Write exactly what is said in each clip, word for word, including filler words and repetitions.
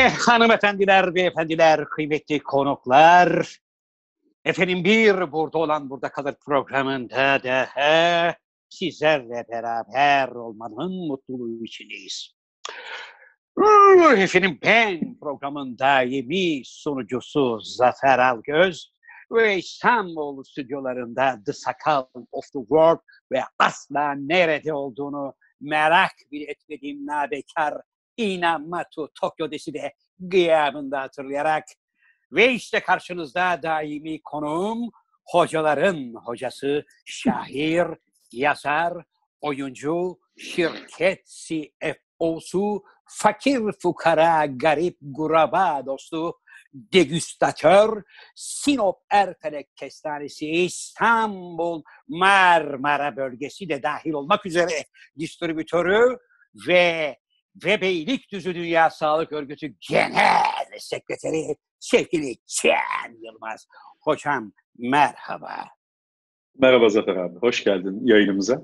hanımefendiler, beyefendiler, kıymetli konuklar. Efendim bir burada olan burada kalır programında da sizlerle beraber olmanın mutluluğu içindeyiz. Efendim ben programın daimi sunucusu Zafer Algöz ve İstanbul stüdyolarında The Sakal of the World ve asla nerede olduğunu merak bile etmediğim nabekar Inamatu Tokyo Desi'de gıyabında hatırlayarak ve işte karşınızda daimi konuğum hocaların hocası, şair, yazar, oyuncu, şirket C F O'su, fakir fukara, garip guraba dostu, degüstatör, Sinop Erfelek Kestanesi, İstanbul Marmara bölgesi de dahil olmak üzere distribütörü ve ve Beylikdüzü Dünya Sağlık Örgütü Genel Sekreteri sevgili Cem Yılmaz. Hocam merhaba. Merhaba Zafer abi, hoş geldin yayınımıza.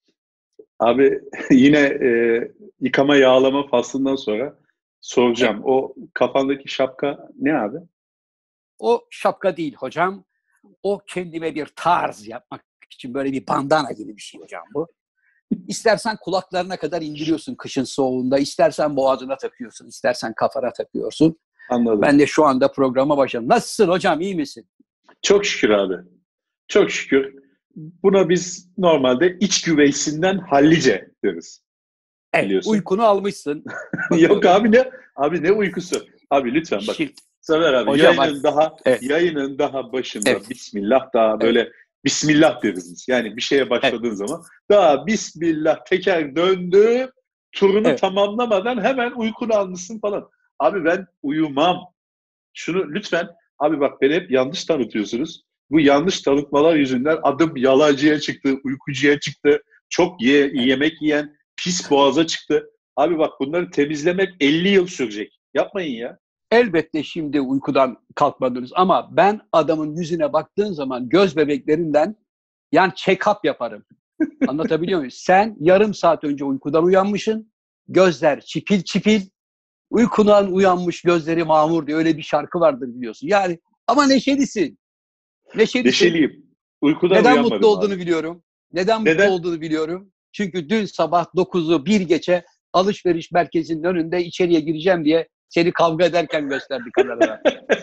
Abi yine e, yıkama yağlama faslından sonra soracağım. Evet. O kafandaki şapka ne abi? O şapka değil hocam. O kendime bir tarz yapmak için böyle bir bandana gibi bir şey hocam bu. İstersen kulaklarına kadar indiriyorsun kışın soğuğunda, istersen boğazına takıyorsun, istersen kafana takıyorsun. Anladım. Ben de şu anda programa başladım. Nasılsın hocam, iyi misin? Çok şükür abi. Çok şükür. Buna biz normalde iç güveysinden hallice deriz. Evet, biliyorsun. Uykunu almışsın. Yok abi ne? Abi ne uykusu? Abi lütfen bak. Şimdi, Zafer abi hocam, yayının bak. daha Evet. yayının daha başında Evet. Bismillah daha böyle evet. Bismillah deriz biz. Yani bir şeye başladığın evet. zaman daha Bismillah teker döndü, turunu evet. tamamlamadan hemen uykunu almışsın falan. Abi ben uyumam. Şunu lütfen abi bak beni hep yanlış tanıtıyorsunuz. Bu yanlış tanıtmalar yüzünden adım yalancıya çıktı, uykucuya çıktı. Çok ye, evet. yemek yiyen pis boğaza çıktı. Abi bak bunları temizlemek elli yıl sürecek. Yapmayın ya. Elbette şimdi uykudan kalkmadınız ama ben adamın yüzüne baktığın zaman göz bebeklerinden yani check-up yaparım. Anlatabiliyor muyum? Sen yarım saat önce uykudan uyanmışsın. Gözler çipil çipil. Uykudan uyanmış gözleri mamur diye öyle bir şarkı vardır biliyorsun. Yani ama neşelisin. Neşelisin. Neşeliyim. Uykudan Neden uyanmadım mutlu olduğunu abi. biliyorum. Neden, Neden mutlu olduğunu biliyorum. Çünkü dün sabah dokuzu bir geçe alışveriş merkezinin önünde içeriye gireceğim diye seni kavga ederken gösterdi kameralar.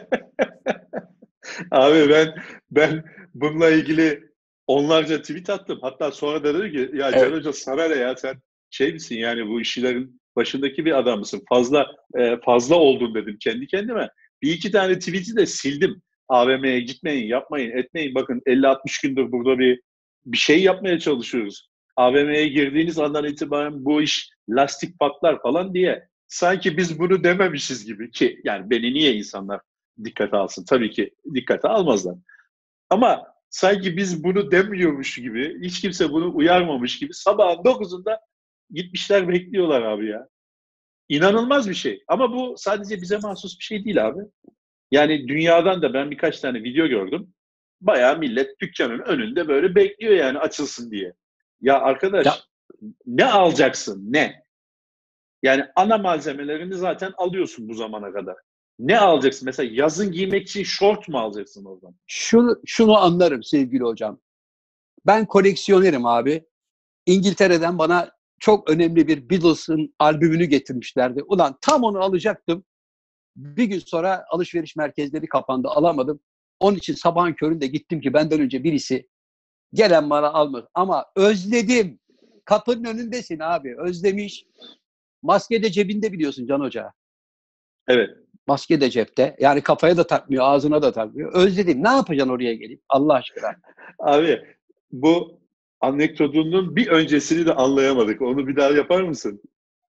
Abi ben ben bununla ilgili onlarca tweet attım. Hatta sonra da dedi ki ya evet. Can Hoca sana ne ya sen şey misin yani bu işlerin başındaki bir adam mısın? Fazla e, fazla oldun dedim kendi kendime. Bir iki tane tweet'i de sildim. A V M'ye gitmeyin, yapmayın, etmeyin. Bakın elli altmış gündür burada bir bir şey yapmaya çalışıyoruz. A V M'ye girdiğiniz andan itibaren bu iş lastik patlar falan diye. Sanki biz bunu dememişiz gibi ki yani beni niye insanlar dikkate alsın? Tabii ki dikkate almazlar. Ama sanki biz bunu demiyormuş gibi, hiç kimse bunu uyarmamış gibi sabahın dokuzunda gitmişler bekliyorlar abi ya. İnanılmaz bir şey. Ama bu sadece bize mahsus bir şey değil abi. Yani dünyadan da ben birkaç tane video gördüm. Bayağı millet dükkanın önünde böyle bekliyor yani açılsın diye. Ya arkadaş ya. Ne alacaksın? Ne? Yani ana malzemelerini zaten alıyorsun bu zamana kadar. Ne alacaksın? Mesela yazın giymek için şort mu alacaksın oradan? Şunu, şunu anlarım sevgili hocam. Ben koleksiyonerim abi. İngiltere'den bana çok önemli bir Beatles'ın albümünü getirmişlerdi. Ulan tam onu alacaktım. Bir gün sonra alışveriş merkezleri kapandı. Alamadım. Onun için sabahın köründe gittim ki benden önce birisi gelen bana almadı. Ama özledim. Kapının önündesin abi. Özlemiş. Maske de cebinde biliyorsun Can Hoca. Evet. Maske de cepte. Yani kafaya da takmıyor, ağzına da takmıyor. Özledim. Ne yapacaksın oraya gelip? Allah aşkına. Abi bu anekdotunun bir öncesini de anlayamadık. Onu bir daha yapar mısın?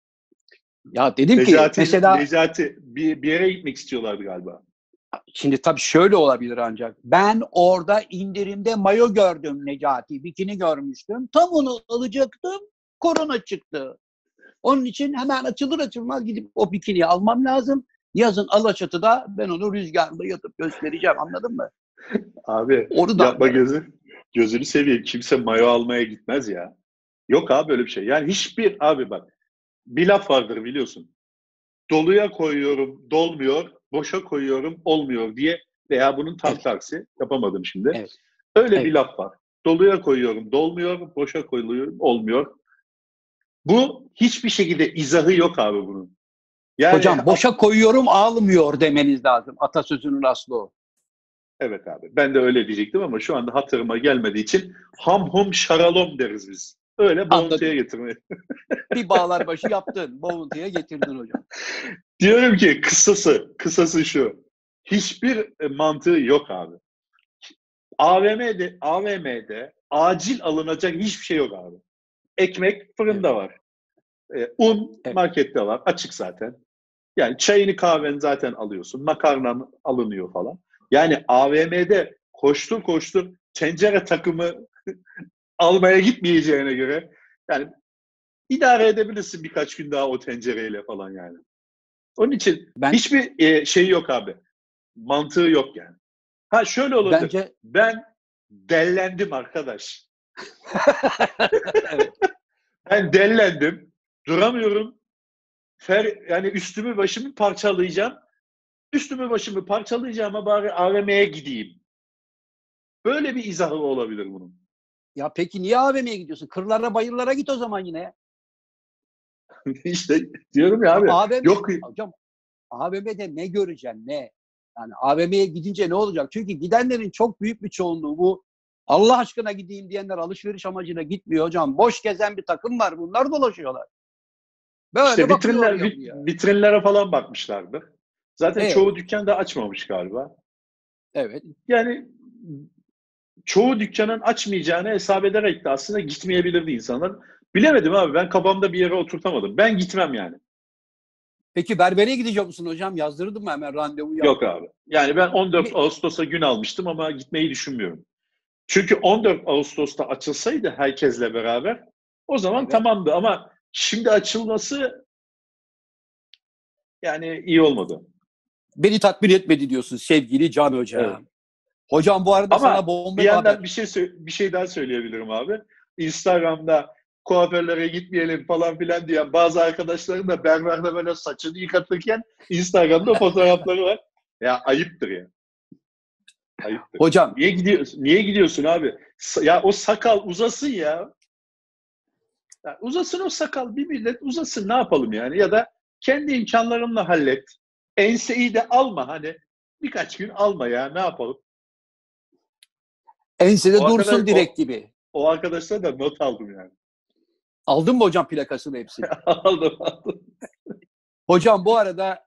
Ya dedim Necati, ki mesela... Necati bir, bir yere gitmek istiyorlardı galiba. Şimdi tabii şöyle olabilir ancak. Ben orada indirimde mayo gördüm Necati. Bikini görmüştüm. Tam onu alacaktım. Korona çıktı. Onun için hemen açılır açılmaz gidip o bikiniyi almam lazım. Yazın Alaçatı'da ben onu rüzgarda yatıp göstereceğim. Anladın mı? Abi onu da yapma gözü. Gözünü seveyim. Kimse mayo almaya gitmez ya. Yok abi öyle bir şey. Yani hiçbir abi bak bir laf vardır biliyorsun. doluya koyuyorum dolmuyor, boşa koyuyorum olmuyor diye veya bunun tam Evet. tersi yapamadım şimdi. Evet. Öyle Evet. bir laf var. Doluya koyuyorum dolmuyor, boşa koyuyorum olmuyor. Bu hiçbir şekilde izahı yok abi bunun. Yani Hocam boşa koyuyorum ağlamıyor demeniz lazım. Atasözünün aslı o. evet abi. Ben de öyle diyecektim ama şu anda hatırıma gelmediği için ham hum şaralom deriz biz. Öyle boğuntuya Anladım. getirmeyi. Bir bağlar başı yaptın. Boğuntuya getirdin hocam. Diyorum ki kısası, kısası şu. Hiçbir e, mantığı yok abi. A V M'de, A V M'de acil alınacak hiçbir şey yok abi. Ekmek Evet. fırında var. E, un Evet. markette var. Açık zaten. Yani çayını kahveni zaten alıyorsun. Makarnan alınıyor falan. Yani A V M'de koştur koştur tencere takımı almaya gitmeyeceğine göre yani idare edebilirsin birkaç gün daha o tencereyle falan yani. Onun için Ben hiçbir e, şey yok abi. Mantığı yok yani. Ha şöyle olabilir. bence Ben dellendim arkadaş. evet. Ben dellendim. Duramıyorum. Fer, yani üstümü başımı parçalayacağım. Üstümü başımı parçalayacağıma bari A V M'ye gideyim. Böyle bir izahı olabilir bunun. Ya peki niye A V M'ye gidiyorsun? Kırlara bayırlara git o zaman yine. İşte diyorum ya Ya abi. A V M Yok hocam A V M'de ne göreceksin ne? Yani A V M'ye gidince ne olacak? Çünkü gidenlerin çok büyük bir çoğunluğu bu Allah aşkına gideyim diyenler alışveriş amacıyla gitmiyor hocam. Boş gezen bir takım var. Bunlar dolaşıyorlar. işte Böyle bakıyor vitrinler, oraya vit, buraya. vitrinlere falan bakmışlardı. Zaten Evet. çoğu dükkan da açmamış galiba. Evet. Yani çoğu dükkanın açmayacağını hesap ederek de aslında gitmeyebilirdi insanlar. Bilemedim abi. Ben kafamda bir yere oturtamadım. Ben gitmem yani. Peki berbere gidecek misin hocam? Yazdırdım mı hemen randevu Yok yaptım. abi. Yani ben on dört Bir, Ağustos'a gün almıştım ama gitmeyi düşünmüyorum. Çünkü on dört Ağustos'ta açılsaydı herkesle beraber o zaman evet. tamamdı ama şimdi açılması yani iyi olmadı. Beni tatmin etmedi diyorsun sevgili Can Evet. Hoca. Hocam bu arada sana Ama bir bomba bir yandan bir haber. şey bir şey daha söyleyebilirim abi. Instagram'da kuaförlere gitmeyelim falan filan diyen bazı arkadaşların da berberde böyle saçını yıkatırken Instagram'da fotoğrafları var. Ya ayıptır ya. Ayıptır. Hocam Niye gidiyorsun? Niye gidiyorsun abi? Ya o sakal uzasın ya. Ya uzasın o sakal bir millet uzasın ne yapalım yani ya da kendi imkanlarınla hallet. Enseyi de alma hani birkaç gün alma ya ne yapalım. ensede O arkadaş dursun direkt o, gibi. o arkadaşlar da not aldım yani. Aldın mı hocam plakasını hepsini? aldım aldım. Hocam bu arada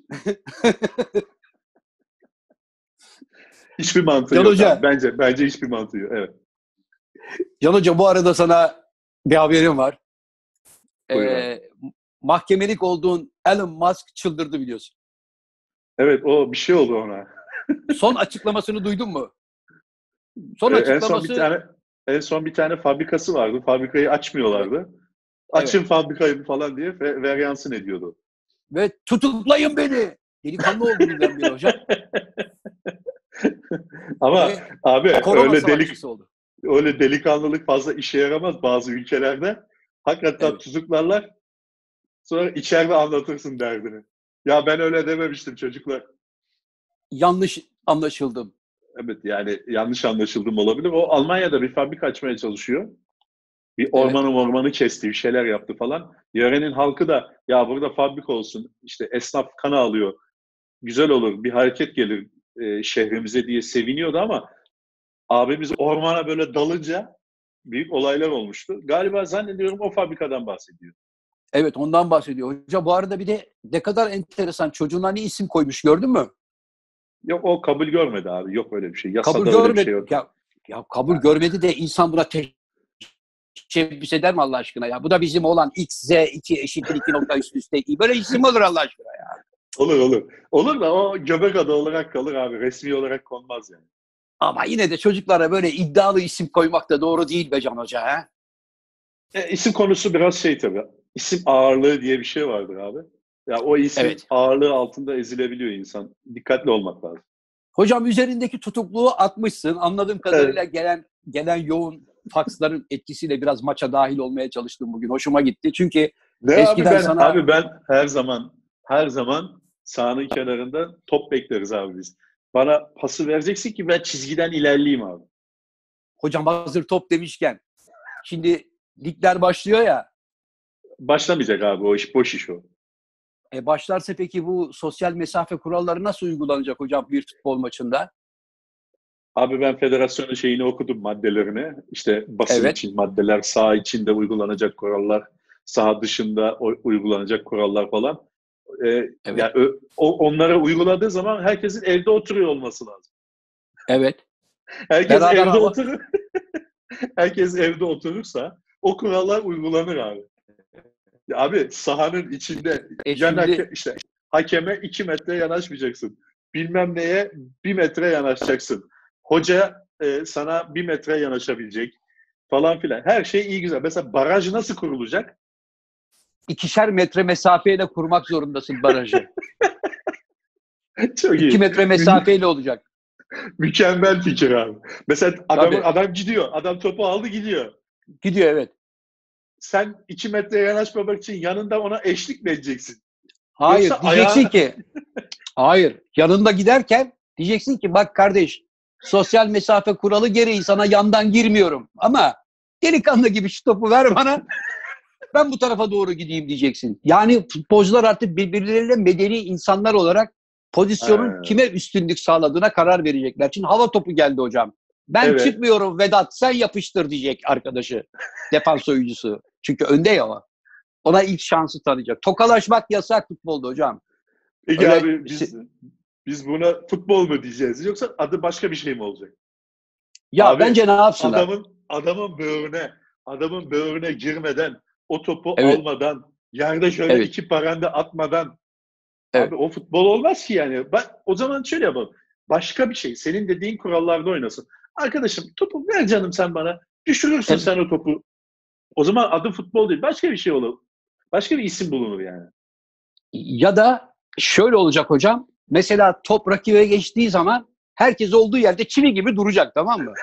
Hiçbir mantığı Can yok abi. Hoca, Bence bence hiçbir mantığı yok. Evet. Can Hoca bu arada sana bir haberim var. Buyur abi. Ee, mahkemelik olduğun Elon Musk çıldırdı biliyorsun. Evet o bir şey oldu ona. Son açıklamasını duydun mu? Son Ee, en son bir açıklaması tane en son bir tane fabrikası vardı. Fabrikayı evet, açmıyorlardı. evet. Açın fabrikayı falan diye ve veryansın ediyordu. Ve tutuklayın beni. Delikanlı oldu birdenbire hocam. Ama Ve abi korona öyle delik savaşçısı oldu. öyle delikanlılık fazla işe yaramaz bazı ülkelerde. Hakikaten Evet. tutuklarlar. Sonra içeride anlatırsın derdini. Ya ben öyle dememiştim çocuklar. Yanlış anlaşıldım. Evet yani yanlış anlaşıldım olabilir. O Almanya'da bir fabrika açmaya çalışıyor. Bir Evet. ormanı ormanı kesti, bir şeyler yaptı falan. Yörenin halkı da ya burada fabrika olsun, işte esnaf kana alıyor, güzel olur, bir hareket gelir e, şehrimize diye seviniyordu ama abimiz ormana böyle dalınca büyük olaylar olmuştu. Galiba zannediyorum o fabrikadan bahsediyor. Evet ondan bahsediyor. Hoca bu arada bir de ne kadar enteresan çocuğuna ne isim koymuş gördün mü? Yok o kabul görmedi abi. Yok öyle bir şey. Kabul Yasada öyle bir şey görmedi. yok. Ya, ya kabul Yani, görmedi de insan buna teşebbüs eder mi Allah aşkına ya? Bu da bizim olan X, Z, iki eşittir iki nokta üst üste i. Böyle isim olur Allah aşkına ya. olur olur. Olur da o göbek adı olarak kalır abi. Resmi olarak konmaz yani. Ama yine de çocuklara böyle iddialı isim koymak da doğru değil be Can Hoca. He? E, isim konusu biraz şey tabii. İsim ağırlığı diye bir şey vardır abi. Ya o isim Evet. ağırlığı altında ezilebiliyor insan. Dikkatli olmak lazım. Hocam üzerindeki tutukluğu atmışsın. Anladığım Evet. kadarıyla gelen gelen yoğun faksların etkisiyle biraz maça dahil olmaya çalıştım bugün. Hoşuma gitti. Çünkü Ne abi eskiden ben sana abi ben her zaman Her zaman sahanın kenarında top bekleriz abi biz. Bana pası vereceksin ki ben çizgiden ilerleyeyim abi. Hocam hazır top demişken, şimdi ligler başlıyor ya. Başlamayacak abi, o iş boş iş o. E başlarsa peki bu sosyal mesafe kuralları nasıl uygulanacak hocam bir futbol maçında? Abi ben federasyonun şeyini okudum, maddelerini. İşte basın Evet. için maddeler, saha içinde uygulanacak kurallar, saha dışında uygulanacak kurallar falan. Ee, Evet. yani o, onlara uyguladığı zaman herkesin evde oturuyor olması lazım. Evet. Herkes Beraber evde ama... oturur. Herkes evde oturursa o kurallar uygulanır abi. Ya abi sahanın içinde E yan şimdi... hake, işte hakeme iki metre yanaşmayacaksın. Bilmem neye bir metre yanaşacaksın. Hoca e, sana bir metre yanaşabilecek falan filan. Her şey iyi güzel. Mesela baraj nasıl kurulacak? ikişer metre mesafeyle kurmak zorundasın barajı. Çok İki iyi. metre mesafeyle olacak. Mükemmel fikir abi. Mesela adamın, Tabii. adam gidiyor. Adam topu aldı gidiyor. Gidiyor evet. Sen iki metreye yanaşmamak için yanında ona eşlik mi edeceksin? Hayır. Yoksa Diyeceksin ayağı... ki hayır. Yanında giderken diyeceksin ki bak kardeş, sosyal mesafe kuralı gereği sana yandan girmiyorum. Ama delikanlı gibi şu topu ver bana. Ben bu tarafa doğru gideyim diyeceksin. Yani futbolcular artık birbirleriyle medeni insanlar olarak pozisyonun Ha, kime üstünlük sağladığına karar verecekler. Şimdi hava topu geldi hocam. Ben evet. çıkmıyorum Vedat, sen yapıştır diyecek arkadaşı. Defans oyuncusu. Çünkü önde ya o. Ona ilk şansı tanıyacak. Tokalaşmak yasak futbolda hocam. Peki Öyle abi biz biz buna futbol mu diyeceğiz yoksa adı başka bir şey mi olacak? ya Abi bence ne yapsınlar? adamın adamın böğrüne adamın böğrüne girmeden, o topu Evet. almadan, yerde şöyle Evet. iki paranda atmadan Evet. abi o futbol olmaz ki yani. Ben, o zaman şöyle yapalım. Başka bir şey. Senin dediğin kurallarda oynasın. Arkadaşım topu ver canım sen bana. Düşürürsün Evet. sen o topu. O zaman adı futbol değil. Başka bir şey olur. Başka bir isim bulunur yani. Ya da şöyle olacak hocam. Mesela top rakibe geçtiği zaman herkes olduğu yerde çivi gibi duracak, tamam mı?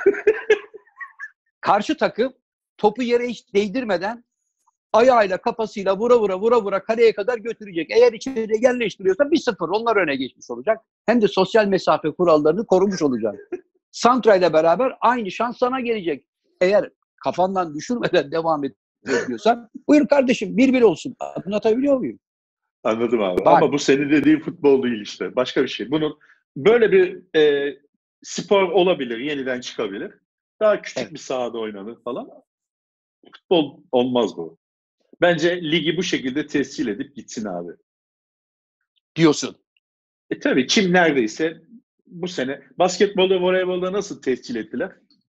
Karşı takım topu yere hiç değdirmeden ayağıyla kafasıyla vura vura vura vura kaleye kadar götürecek. Eğer içeriye yerleştiriyorsa bir sıfır onlar öne geçmiş olacak. Hem de sosyal mesafe kurallarını korumuş olacak. Santra ile beraber aynı şans sana gelecek. Eğer kafandan düşürmeden devam ediyorsan buyur kardeşim bir bir olsun. Anlatabiliyor muyum? Anladım abi. Bak. Ama bu senin dediğin futbol değil işte. Başka bir şey. Bunun böyle bir e, spor olabilir. Yeniden çıkabilir. Daha küçük Evet. bir sahada oynanır falan. Futbol olmaz bu. Bence ligi bu şekilde tescil edip gitsin abi. Diyorsun. E tabii kim neredeyse bu sene basketbolda, voleybolda nasıl tescil ettiler?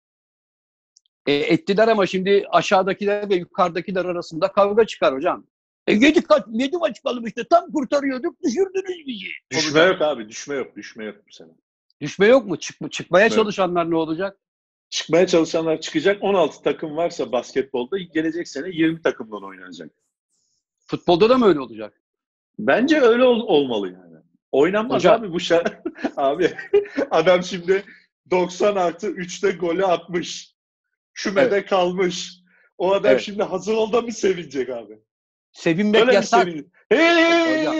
E, ettiler ama şimdi aşağıdakiler ve yukarıdakiler arasında kavga çıkar hocam. E, yedi, yedi maç kalmıştı. Tam kurtarıyorduk. Düşürdünüz bizi. Düşme Olacak. yok abi. Düşme yok. Düşme yok bu sene. Düşme yok mu? Çık, çıkmaya Düşme yok. çalışanlar ne olacak? Çıkmaya çalışanlar çıkacak. on altı takım varsa basketbolda gelecek sene yirmi takımdan oynanacak. Futbolda da mı öyle olacak? Bence öyle ol- olmalı yani. Oynanmaz Hocam. abi bu şey. Abi adam şimdi doksan artı üçte golü atmış. Kümede Evet. kalmış. O adam Evet. şimdi hazır olda mı sevinecek abi? Sevinmek Öyle mi yasak. sevinecek? Hey! Hocam.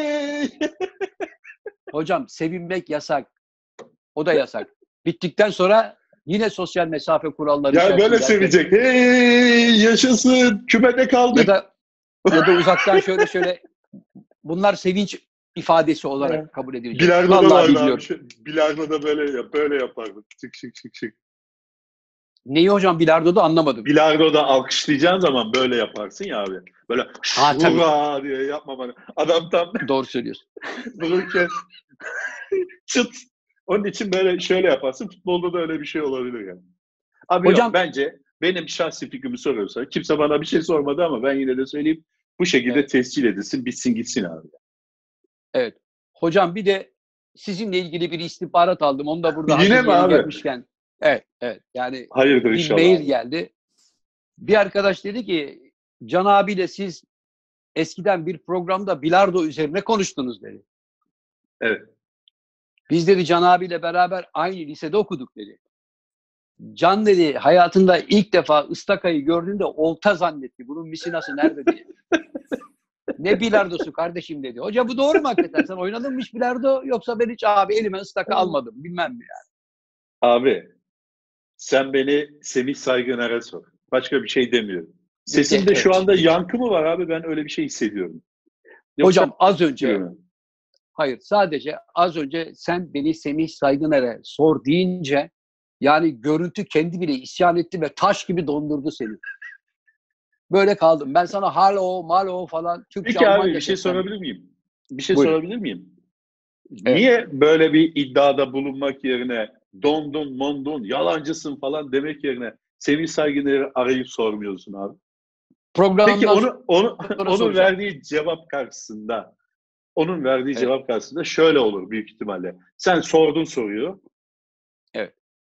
Hocam sevinmek yasak. O da yasak. Bittikten sonra yine sosyal mesafe kuralları Ya böyle içerisinde herkes. sevinecek. Hey! Yaşasın! Kümede kaldık. Ya da ya da uzaktan şöyle şöyle bunlar sevinç ifadesi olarak kabul edilecek. Bilardo'da Vallahi vardı abi. bilmiyorum. Şu- Bilardo'da böyle yap, böyle yapardı. Çık çık çık çık. Neyi hocam bilardoda anlamadım. Bilardo'da alkışlayacağın zaman böyle yaparsın ya abi. Böyle Ha tabii. şura diye yapmamanı. Adam tam Doğru söylüyorsun. dururken çıt. Onun için böyle şöyle yaparsın. Futbolda da öyle bir şey olabilir yani. Abi Hocam, yok bence benim şahsi fikrimi soruyorsa kimse bana bir şey sormadı ama ben yine de söyleyeyim. Bu şekilde evet, tescil edilsin, bitsin gitsin abi. evet. Hocam bir de sizinle ilgili bir istihbarat aldım. Onu da burada Yine hazır mi yeri abi? gelmişken. Evet, evet. Yani Hayırdır bir inşallah mail abi. geldi. Bir arkadaş dedi ki Can abiyle siz eskiden bir programda bilardo üzerine konuştunuz dedi. Evet. Biz dedi Can abiyle beraber aynı lisede okuduk dedi. Can dedi hayatında ilk defa ıstakayı gördüğünde olta zannetti. Bunun misinası nerede diye. Ne bilardosu kardeşim dedi. Hoca bu doğru mu hakikaten? Sen oynadın mı hiç bilardo yoksa ben hiç abi elime ıstaka almadım bilmem mi yani. Abi sen beni Semih Saygıner'e sor. Başka bir şey demiyorum. Sesimde şu Evet. anda yankı mı var abi? Ben öyle bir şey hissediyorum. Yoksa Hocam az önce gibi mi? hayır sadece az önce sen beni Semih Saygıner'e sor deyince yani görüntü kendi bile isyan etti ve taş gibi dondurdu seni. Böyle kaldım. Ben sana halo, malo falan Türkçe, Peki abi Almanca bir şey seslendim. sorabilir miyim? Bir şey Buyurun. sorabilir miyim? Evet. Niye böyle bir iddiada bulunmak yerine dondun, mondun, yalancısın falan demek yerine Semih Saygıner'i arayıp sormuyorsun abi? Peki Programdan onu onu sonra onun soracağım. verdiği cevap karşısında onun verdiği Evet. cevap karşısında şöyle olur büyük ihtimalle. Sen sordun soruyu. Evet.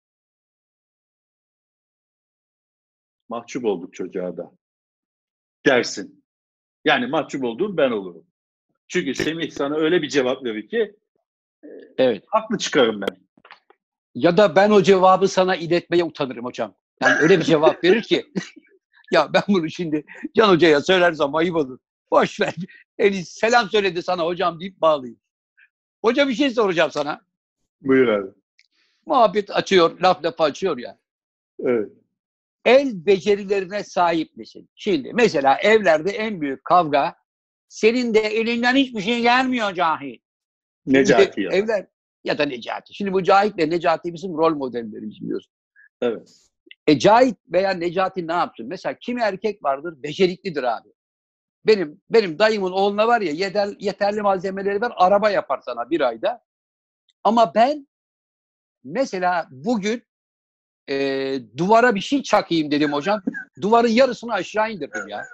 Mahcup olduk çocuğa da dersin. Yani mahcup olduğum ben olurum. Çünkü Semih sana öyle bir cevap verir ki Evet. haklı çıkarım ben. Ya da ben o cevabı sana iletmeye utanırım hocam. Yani öyle bir cevap verir ki ya ben bunu şimdi Can Hoca'ya söylersem ayıp olur. Boş ver. En iyisi selam söyledi sana hocam deyip bağlayayım. Hoca bir şey soracağım sana. Buyur abi. Muhabbet açıyor, laf lafı açıyor ya. Evet. El becerilerine sahip misin? Şimdi mesela evlerde en büyük kavga senin de elinden hiçbir şey gelmiyor Cahit. Şimdi Necati ya. evler ya da Necati. Şimdi bu Cahit ve Necati bizim rol modellerimiz biliyorsun. Evet. E Cahit veya Necati ne yapsın? Mesela kimi erkek vardır beceriklidir abi. Benim benim dayımın oğluna var ya yeter, yeterli malzemeleri var araba yapar sana bir ayda. Ama ben mesela bugün e, duvara bir şey çakayım dedim hocam. Duvarın yarısını aşağı indirdim ya.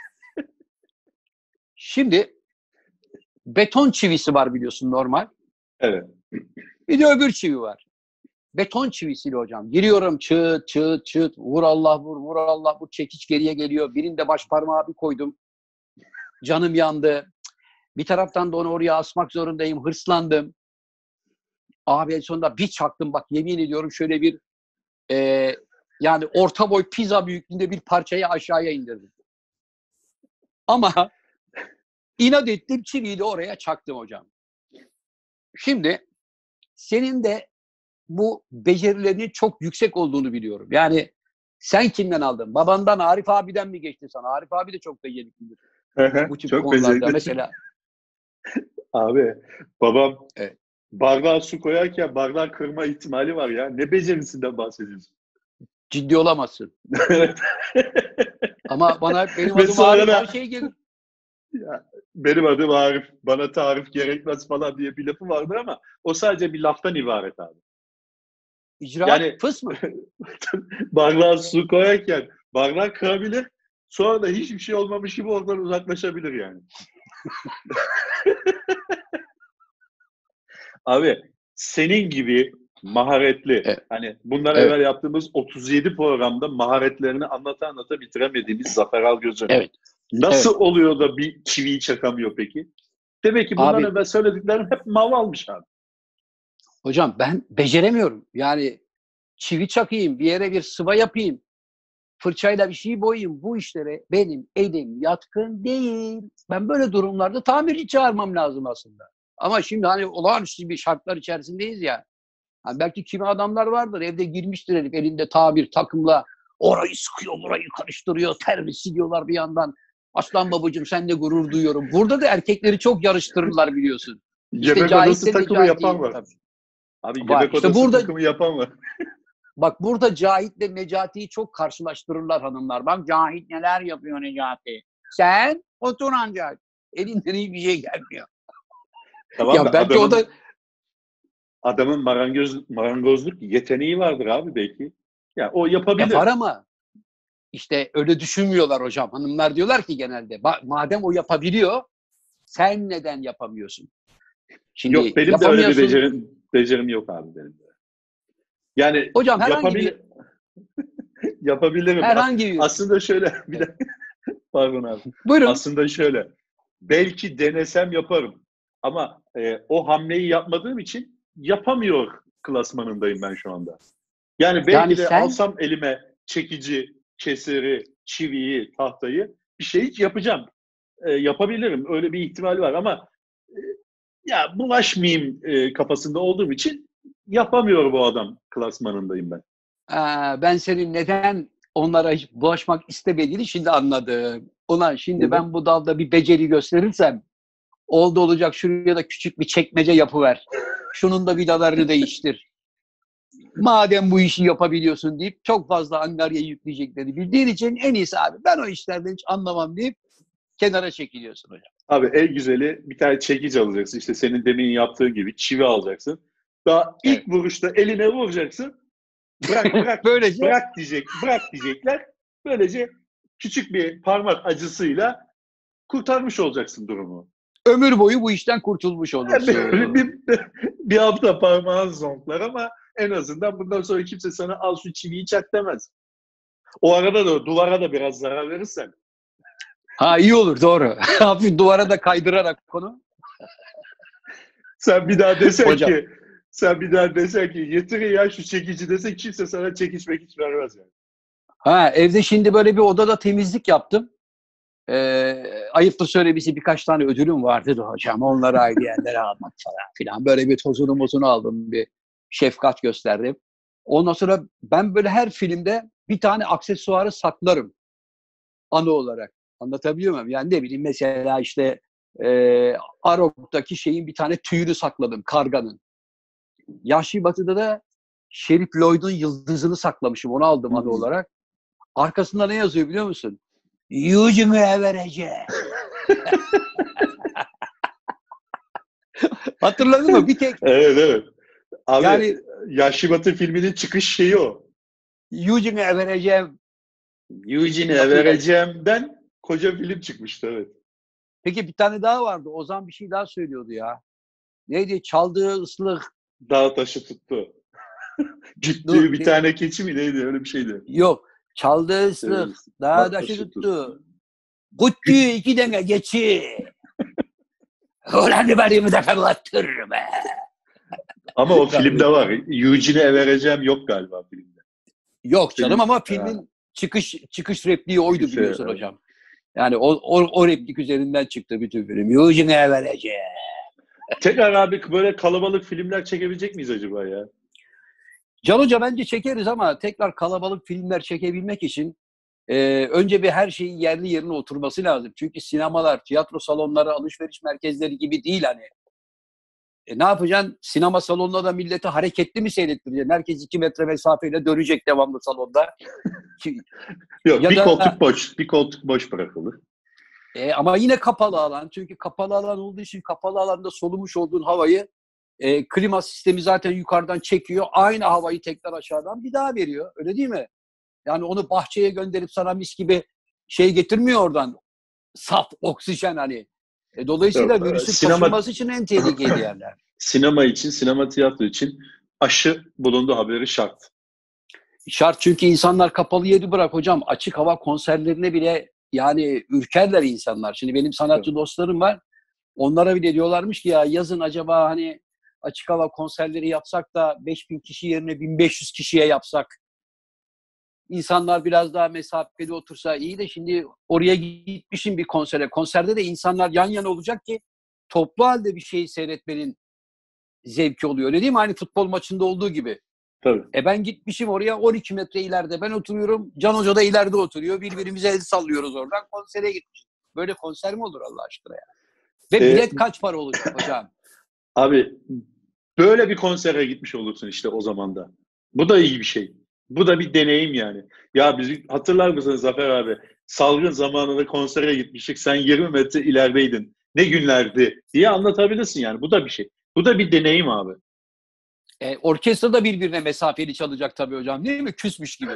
Şimdi beton çivisi var biliyorsun normal. Evet. Bir de öbür çivi var. Beton çivisiyle hocam. Giriyorum çıt çıt çıt. Vur Allah vur, vur Allah vur. Çekiç geriye geliyor. Birinde baş parmağı bir koydum. Canım yandı. Bir taraftan da onu oraya asmak zorundayım. Hırslandım. Abi en sonunda bir çaktım. Bak yemin ediyorum şöyle bir e, yani orta boy pizza büyüklüğünde bir parçayı aşağıya indirdim. Ama inat ettim çiviyi de oraya çaktım hocam. Şimdi senin de bu becerilerinin çok yüksek olduğunu biliyorum. Yani sen kimden aldın? Babandan, Arif abiden mi geçti sana? Arif abi de çok beceriklidir. Bu tip Çok konularda becerikli. mesela. Abi babam Evet. bardağa su koyarken bardağı kırma ihtimali var ya. Ne becerisinden bahsediyorsun? Ciddi olamazsın. Evet. Ama bana benim Ve adım sonra Arif her da şey gelir. ya, benim adım Arif, bana tarif gerekmez falan diye bir lafı vardır ama o sadece bir laftan ibaret abi. İcraat Yani fıs mı? bardağa su koyarken bardağı kırabilir, sonra da hiçbir şey olmamış gibi oradan uzaklaşabilir yani. Abi senin gibi maharetli, Evet. hani bundan Evet. evvel yaptığımız otuz yedi programda maharetlerini anlata anlata bitiremediğimiz Zafer Algöz'ün Evet. nasıl Evet. oluyor da bir çiviyi çakamıyor peki? Demek ki bundan Abi evvel söylediklerim hep mal almış abi. hocam ben beceremiyorum. Yani çivi çakayım, bir yere bir sıva yapayım, fırçayla bir şey boyayayım. Bu işlere benim elim yatkın değil. Ben böyle durumlarda tamirci çağırmam lazım aslında. Ama şimdi hani olağanüstü bir şartlar içerisindeyiz ya. Yani belki kimi adamlar vardır evde girmiştir herif elinde tabir takımla orayı sıkıyor, burayı karıştırıyor, terli siliyorlar bir yandan. Aslan babacığım seninle gurur duyuyorum. Burada da erkekleri çok yarıştırırlar biliyorsun. İşte Yemek Cahit odası de takımı yapan Necati var. tabii. Abi Var. yemek İşte odası burada takımı yapan var. bak burada Cahit'le Necati'yi çok karşılaştırırlar hanımlar. Bak Cahit neler yapıyor Necati. Sen otur ancak. Elinden hiçbir şey gelmiyor. Tamam Ya da belki o da adamın adamın marangoz, marangozluk yeteneği vardır abi belki. Ya o yapar yapabilir. ama işte öyle düşünmüyorlar hocam. Hanımlar diyorlar ki genelde bak, madem o yapabiliyor sen neden yapamıyorsun? Yok Şimdi benim de öyle bir yapamıyorsun. becerim, becerim yok abi benim de. Yani Hocam herhangi yapabil bir yapabilirim. herhangi bir Aslında şöyle bir evet. de pardon abi. Buyurun. Aslında şöyle. Belki denesem yaparım. Ama e, o hamleyi yapmadığım için yapamıyor klasmanındayım ben şu anda. Yani Yani belki de sen alsam elime çekici, keseri, çiviyi, tahtayı bir şey yapacağım. e, yapabilirim. Öyle bir ihtimal var ama e, ya bulaşmayayım e, kafasında olduğum için yapamıyor bu adam klasmanındayım ben. Ee, ben senin neden onlara hiç bulaşmak istemediğini şimdi anladım. Ulan şimdi Neden? ben bu dalda bir beceri gösterirsem oldu olacak şuraya da küçük bir çekmece yapıver. Şunun da vidalarını değiştir. Madem bu işi yapabiliyorsun deyip çok fazla angarya yükleyeceklerini bildiğin için en iyisi abi ben o işlerden hiç anlamam deyip kenara çekiliyorsun hocam. Abi en güzeli bir tane çekiç alacaksın. İşte senin demin yaptığın gibi çivi alacaksın. Daha ilk Evet. vuruşta eline vuracaksın. Bırak bırak Böylece bırak diyecek. Bırak diyecekler. Böylece küçük bir parmak acısıyla kurtarmış olacaksın durumu. ömür boyu bu işten kurtulmuş bir, olursun. bir, bir hafta parmağın zonklar ama en azından bundan sonra kimse sana al şu çiviyi çak demez. O arada da duvara da biraz zarar verirsen. Ha iyi olur doğru. Hafif duvara da kaydırarak konu. Sen bir daha desen Hocam. ki sen bir daha desen ki getirin ya şu çekici dese kimse sana çekiç mekiç vermez yani. Ha evde şimdi böyle bir odada temizlik yaptım. Ee, ayıptır söylemesi birkaç tane ödülüm vardı da hocam. Onları ayrı yerlere almak falan filan. Böyle bir tozunu mozunu aldım. Bir şefkat gösterdim. Ondan sonra ben böyle her filmde bir tane aksesuarı saklarım. Anı olarak. Anlatabiliyor muyum? Yani ne bileyim mesela işte e, Arok'taki şeyin bir tane tüyünü sakladım. Karganın. Yahşi Batı'da da Şerif Lloyd'un yıldızını saklamışım. Onu aldım anı Hmm. olarak. Arkasında ne yazıyor biliyor musun? Yüzümü vereceğim. Hatırladın mı? Bir tek Evet evet. Abi yani Yahşi Batı filminin çıkış şeyi o. yüzümü vereceğim. Eugene'e vereceğimden koca film çıkmıştı evet. Peki bir tane daha vardı. Ozan bir şey daha söylüyordu ya. Neydi? Çaldığı ıslık. Dağ taşı tuttu. Güttüğü bir tane keçi mi neydi öyle bir şeydi. Yok. Çaldığı ıslık. Evet. Daha Dağ taşı taşı tuttu. Güttü iki tane geçi. Ulan beni bir defa battır be. Ama o filmde var. Eugene'e vereceğim yok galiba filmde. Yok canım Film, ama filmin ha. çıkış çıkış repliği oydu Çıkış, biliyorsun evet. hocam. Yani o, o, o replik üzerinden çıktı bütün film. Yüzüne vereceğim. Tekrar abi böyle kalabalık filmler çekebilecek miyiz acaba ya? Can Hoca bence çekeriz ama tekrar kalabalık filmler çekebilmek için e, önce bir her şeyin yerli yerine oturması lazım. Çünkü sinemalar, tiyatro salonları, alışveriş merkezleri gibi değil hani. E, ne yapacaksın? Sinema salonunda da milleti hareketli mi seyrettireceksin? Herkes iki metre mesafeyle dönecek devamlı salonda. Ki, Yok ya bir da, koltuk boş. Bir koltuk boş bırakılır. E, ama yine kapalı alan. Çünkü kapalı alan olduğu için kapalı alanda solumuş olduğun havayı e, klima sistemi zaten yukarıdan çekiyor. Aynı havayı tekrar aşağıdan bir daha veriyor. Öyle değil mi? Yani onu bahçeye gönderip sana mis gibi şey getirmiyor oradan. Saf oksijen hani. E, dolayısıyla Yok, virüsün sinema taşınması için en tehlikeli yerler. sinema için, sinema tiyatro için aşı bulundu haberi şart. Şart çünkü insanlar kapalı yeri bırak hocam. Açık hava konserlerine bile yani ürkerler insanlar. Şimdi benim sanatçı Evet. dostlarım var. Onlara bile diyorlarmış ki ya yazın acaba hani açık hava konserleri yapsak da beş bin kişi yerine bin beş yüz kişiye yapsak. İnsanlar biraz daha mesafeli otursa iyi de şimdi oraya gitmişim bir konsere. Konserde de insanlar yan yana olacak ki toplu halde bir şeyi seyretmenin zevki oluyor. Öyle değil mi? Hani futbol maçında olduğu gibi. Tabii. E ben gitmişim oraya on iki metre ileride ben oturuyorum. Can Hoca da ileride oturuyor. Birbirimize el sallıyoruz oradan. Konsere gitmişiz. Böyle konser mi olur Allah aşkına ya? Ve Ee, bilet kaç para olacak hocam? Abi böyle bir konsere gitmiş olursun işte o zaman da. Bu da iyi bir şey. Bu da bir deneyim yani. Ya biz hatırlar mısın Zafer abi? Salgın zamanında konsere gitmiştik. Sen yirmi metre ilerideydin. Ne günlerdi diye anlatabilirsin yani. Bu da bir şey. Bu da bir deneyim abi. E, orkestra da birbirine mesafeli çalacak tabii hocam. Değil mi? Küsmüş gibi.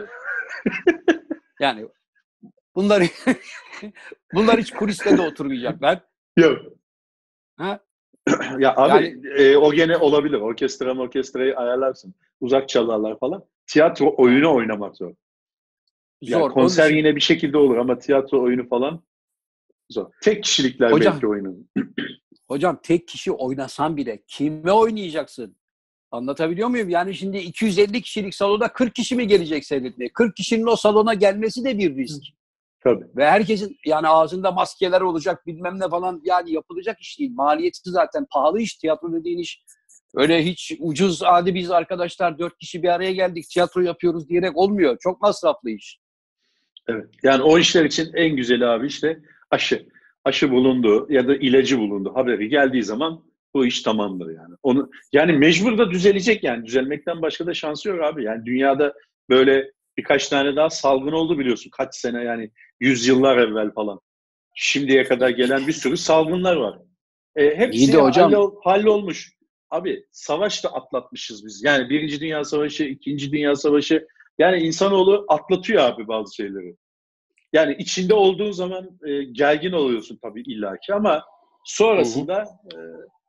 Yani bunlar bunlar hiç kuliste de oturmayacaklar. Yok. Ha? Ya abi Yani e, o gene olabilir. Orkestra orkestrayı ayarlarsın. Uzak çalarlar falan. Tiyatro oyunu oynamak zor. Yani zor. Onun konser için yine bir şekilde olur ama tiyatro oyunu falan zor. Tek kişilikler hocam belki oynanır. hocam tek kişi oynasan bile kime oynayacaksın? Anlatabiliyor muyum? Yani şimdi iki yüz elli kişilik salona kırk kişi mi gelecek seyretmeye? kırk kişinin o salona gelmesi de bir risk. Tabii. Ve herkesin yani ağzında maskeler olacak bilmem ne falan, yani yapılacak iş değil. Maliyeti zaten pahalı iş. Tiyatro dediğin iş öyle hiç ucuz, hadi biz arkadaşlar dört kişi bir araya geldik tiyatro yapıyoruz diyerek olmuyor. Çok masraflı iş. Evet. Yani o işler için en güzeli abi işte aşı. Aşı bulundu ya da ilacı bulundu. Haberi geldiği zaman bu iş tamamdır yani. Onu yani mecbur da düzelecek yani. Düzelmekten başka da şansı yok abi. Yani dünyada böyle birkaç tane daha salgın oldu biliyorsun. Kaç sene yani yüzyıllar evvel falan. Şimdiye kadar gelen bir sürü salgınlar var. E, İyi de hepsi hocam. hallol, hallolmuş. Abi savaş da atlatmışız biz. Yani Birinci Dünya Savaşı, İkinci Dünya Savaşı. Yani insanoğlu atlatıyor abi bazı şeyleri. Yani içinde olduğun zaman e, gergin oluyorsun tabii illaki ama Hı hı. sonrasında e,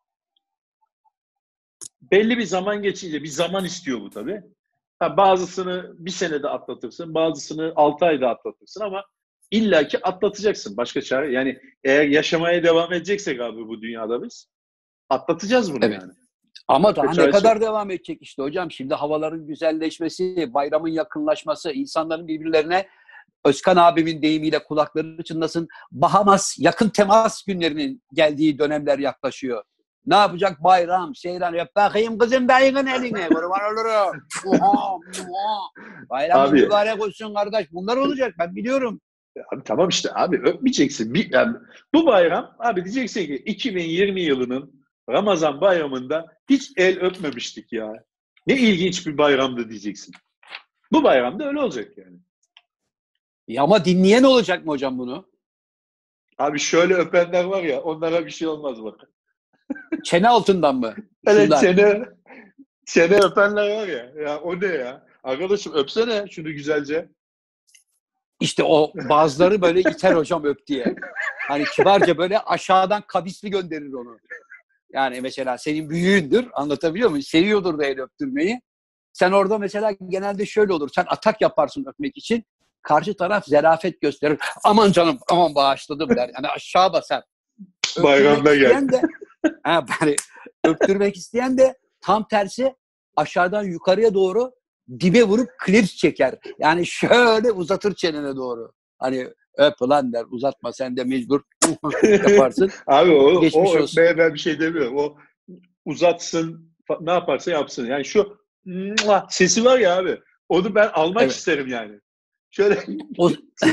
belli bir zaman geçince bir zaman istiyor bu tabii. Ha, bazısını bir senede atlatırsın, bazısını altı ayda atlatırsın ama illaki atlatacaksın. Başka çare. Yani eğer yaşamaya devam edeceksek abi bu dünyada biz atlatacağız bunu Evet. yani. Ama Başka daha ne çaresi yok. kadar devam edecek işte hocam. Şimdi havaların güzelleşmesi, bayramın yakınlaşması, insanların birbirlerine, Özkan abimin deyimiyle kulakları çınlasın, Bahamas yakın temas günlerinin geldiği dönemler yaklaşıyor. Ne yapacak? Bayram, seyran. Yap bakayım kızım dayının eline. Kurban olurum. Muha, muha. Bayramın Abi, mübarek olsun kardeş. Bunlar olacak, ben biliyorum. abi tamam işte abi öpmeyeceksin. Bir, yani bu bayram abi diyeceksin ki iki bin yirmi yılının Ramazan bayramında hiç el öpmemiştik ya. Ne ilginç bir bayramdı diyeceksin. Bu bayramda öyle olacak yani. Ya ama dinleyen olacak mı hocam bunu? Abi şöyle öpenler var ya onlara bir şey olmaz bak. Çene altından mı? Evet Şunlar. çene, çene öpenler var ya. Ya o ne ya? Arkadaşım öpsene şunu güzelce. İşte o bazıları böyle iter hocam öp diye. Hani kibarca böyle aşağıdan kabisli gönderir onu. Yani mesela senin büyüğündür, anlatabiliyor muyum? Seviyordur da el öptürmeyi. Sen orada mesela genelde şöyle olur. Sen atak yaparsın öpmek için. Karşı taraf zerafet gösterir. Aman canım, aman bağışladım der. Yani aşağı basar. Öptürmek Bayramda gel. isteyen de ha, yani öptürmek isteyen de tam tersi aşağıdan yukarıya doğru dibe vurup klips çeker. Yani şöyle uzatır çenene doğru. Hani öp lan der, uzatma sen de mecbur yaparsın. Abi o, Geçmiş o olsun. öpmeye ben bir şey demiyorum. O uzatsın ne yaparsa yapsın. Yani şu sesi var ya abi onu ben almak Evet. isterim yani. Şöyle O,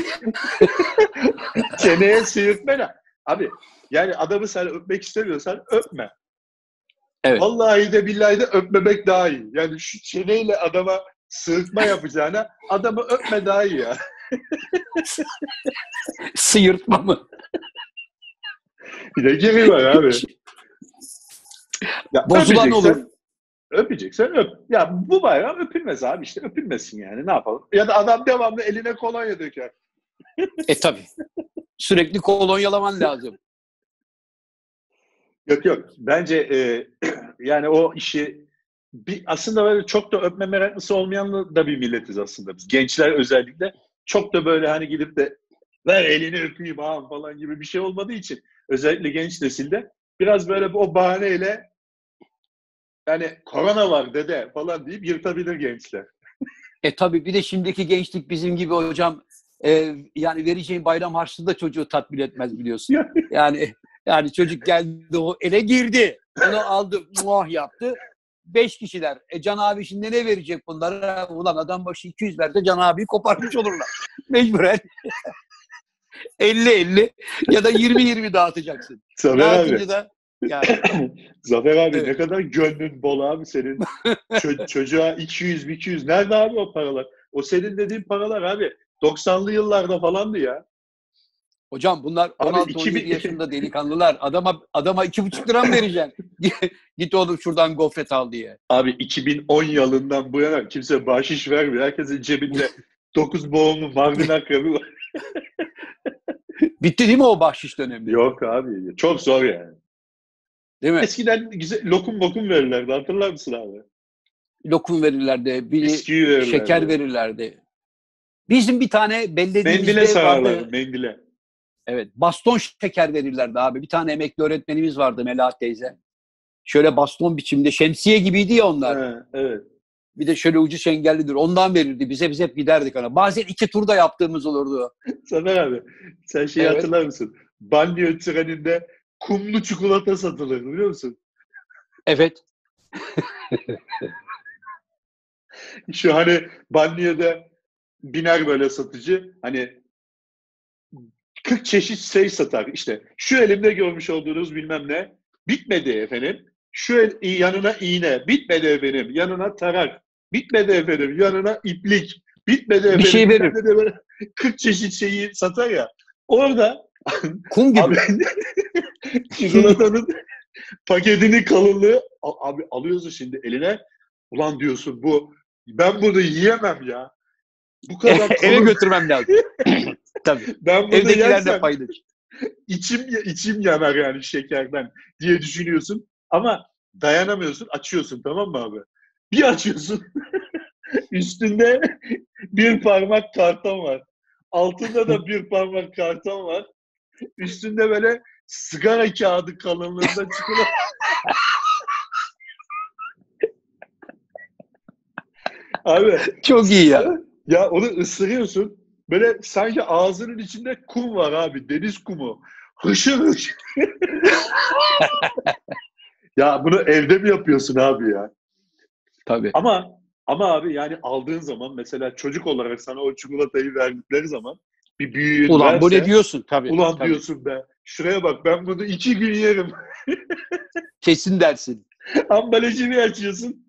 çeneye sıyırtma da. Abi yani adamı sen öpmek istemiyorsan öpme. evet. Vallahi de billahi de öpmemek daha iyi. Yani şu çeneyle adama sırıtma yapacağına adamı öpme daha iyi ya. Sıyırtma mı? Bir de geri var abi. Ya Bozulan öpeceksen, olur. öpeceksen öp. Ya bu bayram öpülmez abi işte öpülmesin yani ne yapalım. Ya da adam devamlı eline kolonya döker. E tabi. Sürekli kolonyalaman lazım. Yok yok. Bence e, yani o işi bir, aslında böyle çok da öpme meraklısı olmayan da bir milletiz aslında biz. Gençler özellikle çok da böyle hani gidip de ver elini öpeyim ağam falan gibi bir şey olmadığı için özellikle genç nesilde biraz böyle o bahaneyle yani korona var dede falan deyip yırtabilir gençler. E tabi bir de şimdiki gençlik bizim gibi hocam, e, yani vereceğin bayram harçlığı da çocuğu tatmin etmez biliyorsun. Yani yani çocuk geldi o ele girdi. Onu aldı, muah yaptı. Beş kişiler. E Can abi şimdi ne verecek bunlara? Ulan adam başı iki yüz verse Can abiyi koparmış olurlar. Mecburen elli elli ya da yirmi yirmi dağıtacaksın. Zafer abi. Dağıtınca da yani Zafer abi evet. ne kadar gönlün bol abi senin. Ço- çocuğa iki yüz iki yüz nerede abi o paralar? O senin dediğin paralar abi doksanlı yıllarda falandı ya. Hocam bunlar Abi on altı on yedi iki bin yaşında delikanlılar. Adama adama iki buçuk lira mı vereceksin? Git oğlum şuradan gofret al diye. abi iki bin on yılından bu yana kimse bahşiş vermiyor. Herkesin cebinde dokuz boğumlu Mardin akrabı var. Bitti değil mi o bahşiş dönemi? Yok abi. Çok zor yani. Değil mi? Eskiden güzel lokum lokum verirlerdi. Hatırlar mısın abi? Lokum verirlerdi, bir Bisküvi şeker verirlerdi. verirlerdi. Bizim bir tane Mendile belediyemizde sararlardı. vardı. Mendile. Evet, baston şeker verirlerdi abi. Bir tane emekli öğretmenimiz vardı, Melahat teyze. Şöyle baston biçimde, şemsiye gibiydi ya onlar. Ha, evet. Bir de şöyle ucu şengellidir. Ondan verirdi. Bize biz hep giderdik ona. Bazen iki tur da yaptığımız olurdu. Zafer abi, sen şeyi Evet. hatırlar mısın? Banliyö treninde kumlu çikolata satılır, biliyor musun? Evet. Şu hani banliyöde biner böyle satıcı, hani kırk çeşit şey satar. İşte şu elimde görmüş olduğunuz bilmem ne bitmedi efendim. Şu el, yanına iğne bitmedi efendim. Yanına tarak bitmedi efendim. Yanına iplik bitmedi efendim. Bir şey verir. Bitmedi de böyle kırk çeşit şeyi satar ya. Orada Kum gibi. abi çikolatanın paketinin kalınlığı abi alıyorsun şimdi eline. Ulan diyorsun bu ben bunu yiyemem ya. Bu kadar Eve kalın. götürmem lazım. Tabii. Ben bunu Evdekiler de yersem paydır. içim içim yanar yani şekerden diye düşünüyorsun. Ama dayanamıyorsun, açıyorsun, tamam mı abi? Bir açıyorsun. Üstünde bir parmak karton var. Altında da bir parmak karton var. Üstünde böyle sigara kağıdı kalınlığında çikolata. Abi Çok iyi ya. ya onu ısırıyorsun. Böyle sanki ağzının içinde kum var abi. Deniz kumu. Hışır hışır. Ya bunu evde mi yapıyorsun abi ya? Tabii. Ama ama abi yani aldığın zaman mesela çocuk olarak sana o çikolatayı verdikleri zaman bir büyüğün Ulan verse bu ne diyorsun? Tabii. ulan tabii. diyorsun be şuraya bak ben bunu iki gün yerim. Kesin dersin. Ambalajını açıyorsun.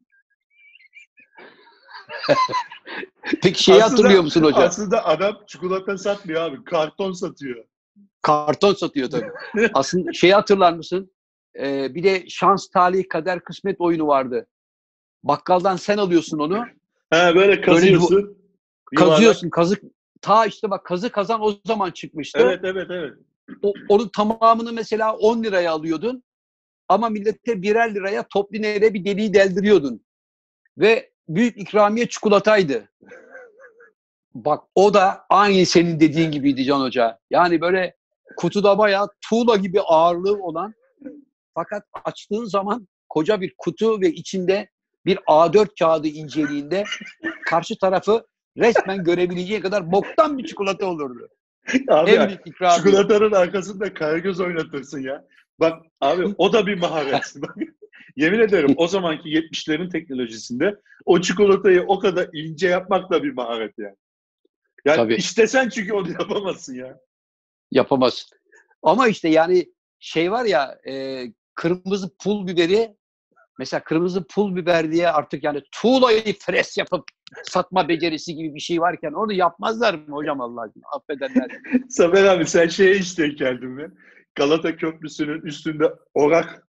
Peki şeyi Aslında, hatırlıyor musun hocam? aslında adam çikolata satmıyor abi. Karton satıyor. Karton satıyor tabii. Aslında şeyi hatırlar mısın? Ee, bir de şans, talih, kader, kısmet oyunu vardı. Bakkaldan sen alıyorsun onu. Ha böyle kazıyorsun. Kazıyorsun. Kazık. Ta işte bak kazı kazan o zaman çıkmıştı. Evet evet evet. O, onun tamamını mesela on liraya alıyordun. Ama millete birer liraya toplu iğneyle bir deliği deldiriyordun. Ve büyük ikramiye çikolataydı. Bak o da aynı senin dediğin gibiydi Can Hoca. Yani böyle kutuda bayağı tuğla gibi ağırlığı olan fakat açtığın zaman koca bir kutu ve içinde bir A dört kağıdı inceliğinde karşı tarafı resmen görebileceği kadar boktan bir çikolata olurdu. Abi En büyük ikramiye. çikolatanın arkasında karagöz oynatırsın ya. Bak abi o da bir maharet. Yemin ederim o zamanki yetmişlerin teknolojisinde o çikolatayı o kadar ince yapmak da bir maharet yani. Yani Tabii. istesen çünkü onu yapamazsın ya. Yapamazsın. Ama işte yani şey var ya e, kırmızı pul biberi mesela kırmızı pul biber diye artık yani tuğlayı fres yapıp satma becerisi gibi bir şey varken onu yapmazlar mı hocam Allah aşkına? Affederler. Samer abi sen şeye hiç denk geldin mi? Galata Köprüsü'nün üstünde orak.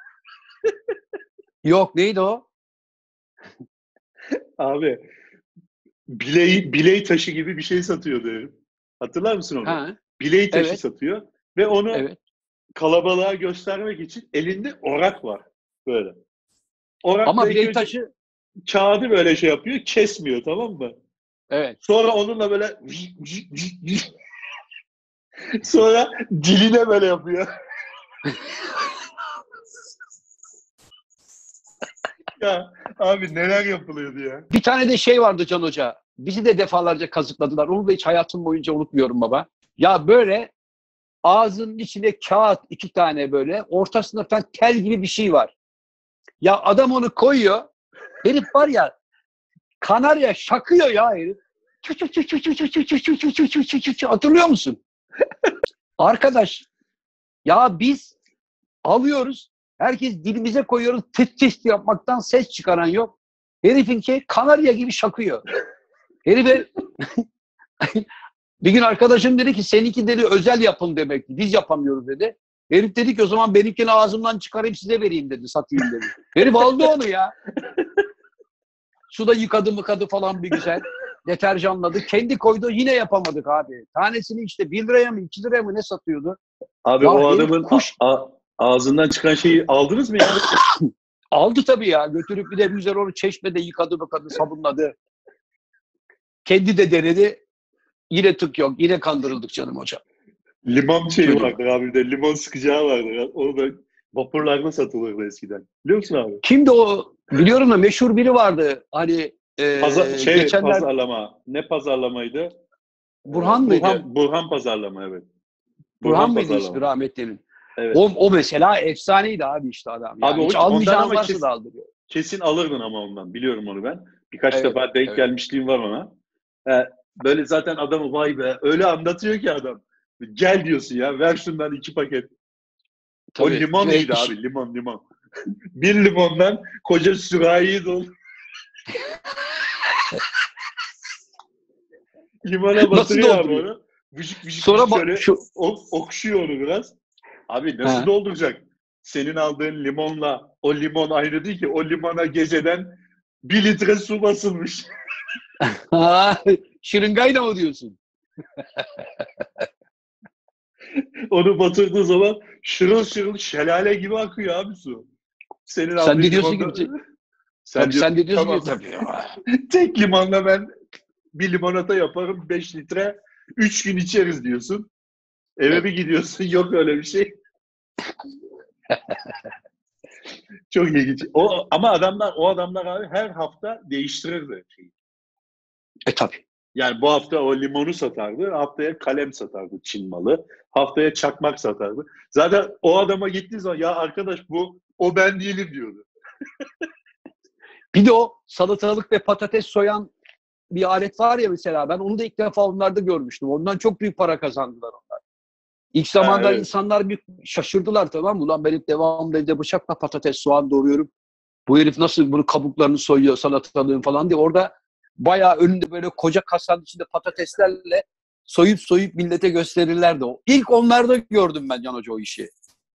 Yok neydi o? Abi biley, biley taşı gibi bir şey satıyordu herif. Hatırlar mısın onu? Ha, Biley taşı evet. satıyor ve onu Evet. kalabalığa göstermek için elinde orak var. Böyle. Orak Ama da ilk biley önce taşı kağıdı böyle şey yapıyor, kesmiyor, tamam mı? evet. Sonra onunla böyle sonra diline böyle yapıyor. Ya abi neler yapılıyordu ya. Bir tane de şey vardı Can Hoca. Bizi de defalarca kazıkladılar. Onu da hiç hayatım boyunca unutmuyorum baba. Ya böyle ağzının içine kağıt iki tane böyle. Ortasında falan tel gibi bir şey var. Ya adam onu koyuyor. Herif var ya kanarya şakıyor ya herif. Hatırlıyor musun? Arkadaş ya biz alıyoruz. Herkes dilimize koyuyoruz. Tıt tıt yapmaktan ses çıkaran yok. Herifinki kanarya gibi şakıyor. Herife bir gün arkadaşım dedi ki seninki dedi özel yapım demek. Biz yapamıyoruz dedi. Herif dedi ki o zaman benimkini ağzımdan çıkarayım size vereyim dedi. Satayım dedi. Herif aldı onu ya. Suda yıkadı mıkadı falan bir güzel. Deterjanladı. Kendi koydu yine yapamadık abi. Tanesini işte bir liraya mı iki liraya mı ne satıyordu? Abi Ya o herif adamın kuş a- a- ağzından çıkan şeyi aldınız mı ya? aldı tabii ya. Götürüp bir de güzel onu çeşmede yıkadı mıkadı sabunladı. Kendi de denedi. Yine tık yok. Yine kandırıldık canım hocam. Limon şeyi Çocuk. vardır abi de limon sıkacağı vardır. Onu da Vapurlarda satılırdı eskiden. Biliyor musun abi? Kimdi o? Biliyorum da meşhur biri vardı. Hani e, Pazar, şey geçenler pazarlama. Ne pazarlamaydı? Ee, Burhan mıydı? Burhan, Burhan pazarlama, evet. Burhan Burhan mıydı ismi pazarlama. rahmetlinin? Evet. O, o mesela efsaneydi abi işte adam. Abi Yani o, hiç ondan almayacağın ama varsa da kes, aldırıyor. kesin alırdın ama ondan. Biliyorum onu ben. Birkaç Evet, defa denk evet. gelmişliğim var ona. Ee, böyle zaten adamı vay be öyle anlatıyor ki adam. Gel diyorsun ya, ver şundan iki paket. O Tabii. limon Ve iyiydi iş- abi, limon limon. Bir limondan koca sürahiyi dolu. Limona nasıl batırıyor abi dolduruyor? onu. Vıcık vıcık Sonra vıcık ba- şöyle şu ok- okşuyor onu biraz. Abi nasıl ha. dolduracak? Senin aldığın limonla o limon aynı değil ki. O limona geceden bir litre su basılmış. Ha, şırıngayla mı diyorsun? Onu batırdığı zaman şırıl şırıl şelale gibi akıyor abi su. Senin Sen aldığın de diyorsun limonda ki sen tabii sen diyorsun de diyorsun ki tamam. tabii. Tek limonla ben bir limonata yaparım beş litre üç gün içeriz diyorsun. Eve bir gidiyorsun yok öyle bir şey. Çok ilginç. O, ama adamlar o adamlar abi her hafta değiştirirdi şeyi. E tabii. Yani bu hafta o limonu satardı, haftaya kalem satardı Çin malı, haftaya çakmak satardı. Zaten o adama gittiği zaman ya arkadaş bu o ben değilim diyordu. Bir de o salatalık ve patates soyan bir alet var ya mesela. Ben onu da ilk defa onlarda görmüştüm. Ondan çok büyük para kazandılar onlar. İlk Ha, zamanda evet. insanlar bir şaşırdılar, tamam mı? Ulan ben hep devamlı evde bıçakla patates, soğan doğruyorum. Bu herif nasıl bunu kabuklarını soyuyor salatalığın falan diye. Orada bayağı önünde böyle koca kasanın içinde patateslerle soyup soyup millete gösterirlerdi. O. İlk onlarda gördüm ben Can Hoca o işi.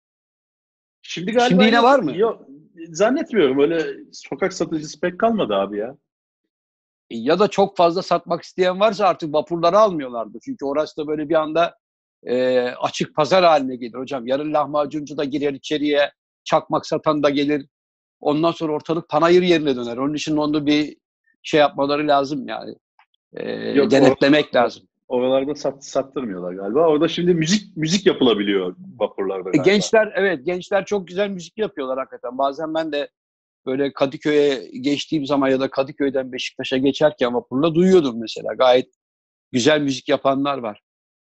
Şimdi Şimdi galiba yine yok. var mı? Yok. Zannetmiyorum. Öyle sokak satıcısı pek kalmadı abi ya. Ya da çok fazla satmak isteyen varsa artık vapurları almıyorlardı. Çünkü orası da böyle bir anda e, açık pazar haline gelir hocam. Yarın lahmacuncu da girer içeriye, çakmak satan da gelir. Ondan sonra ortalık panayır yerine döner. Onun için onu bir şey yapmaları lazım yani. E, Yok denetlemek oralarda, lazım. oralarda sat, sattırmıyorlar galiba. Orada şimdi müzik müzik yapılabiliyor vapurlarda E, galiba. gençler evet gençler çok güzel müzik yapıyorlar hakikaten. Bazen ben de böyle Kadıköy'e geçtiğim zaman ya da Kadıköy'den Beşiktaş'a geçerken vapurla duyuyordum mesela. Gayet güzel müzik yapanlar var.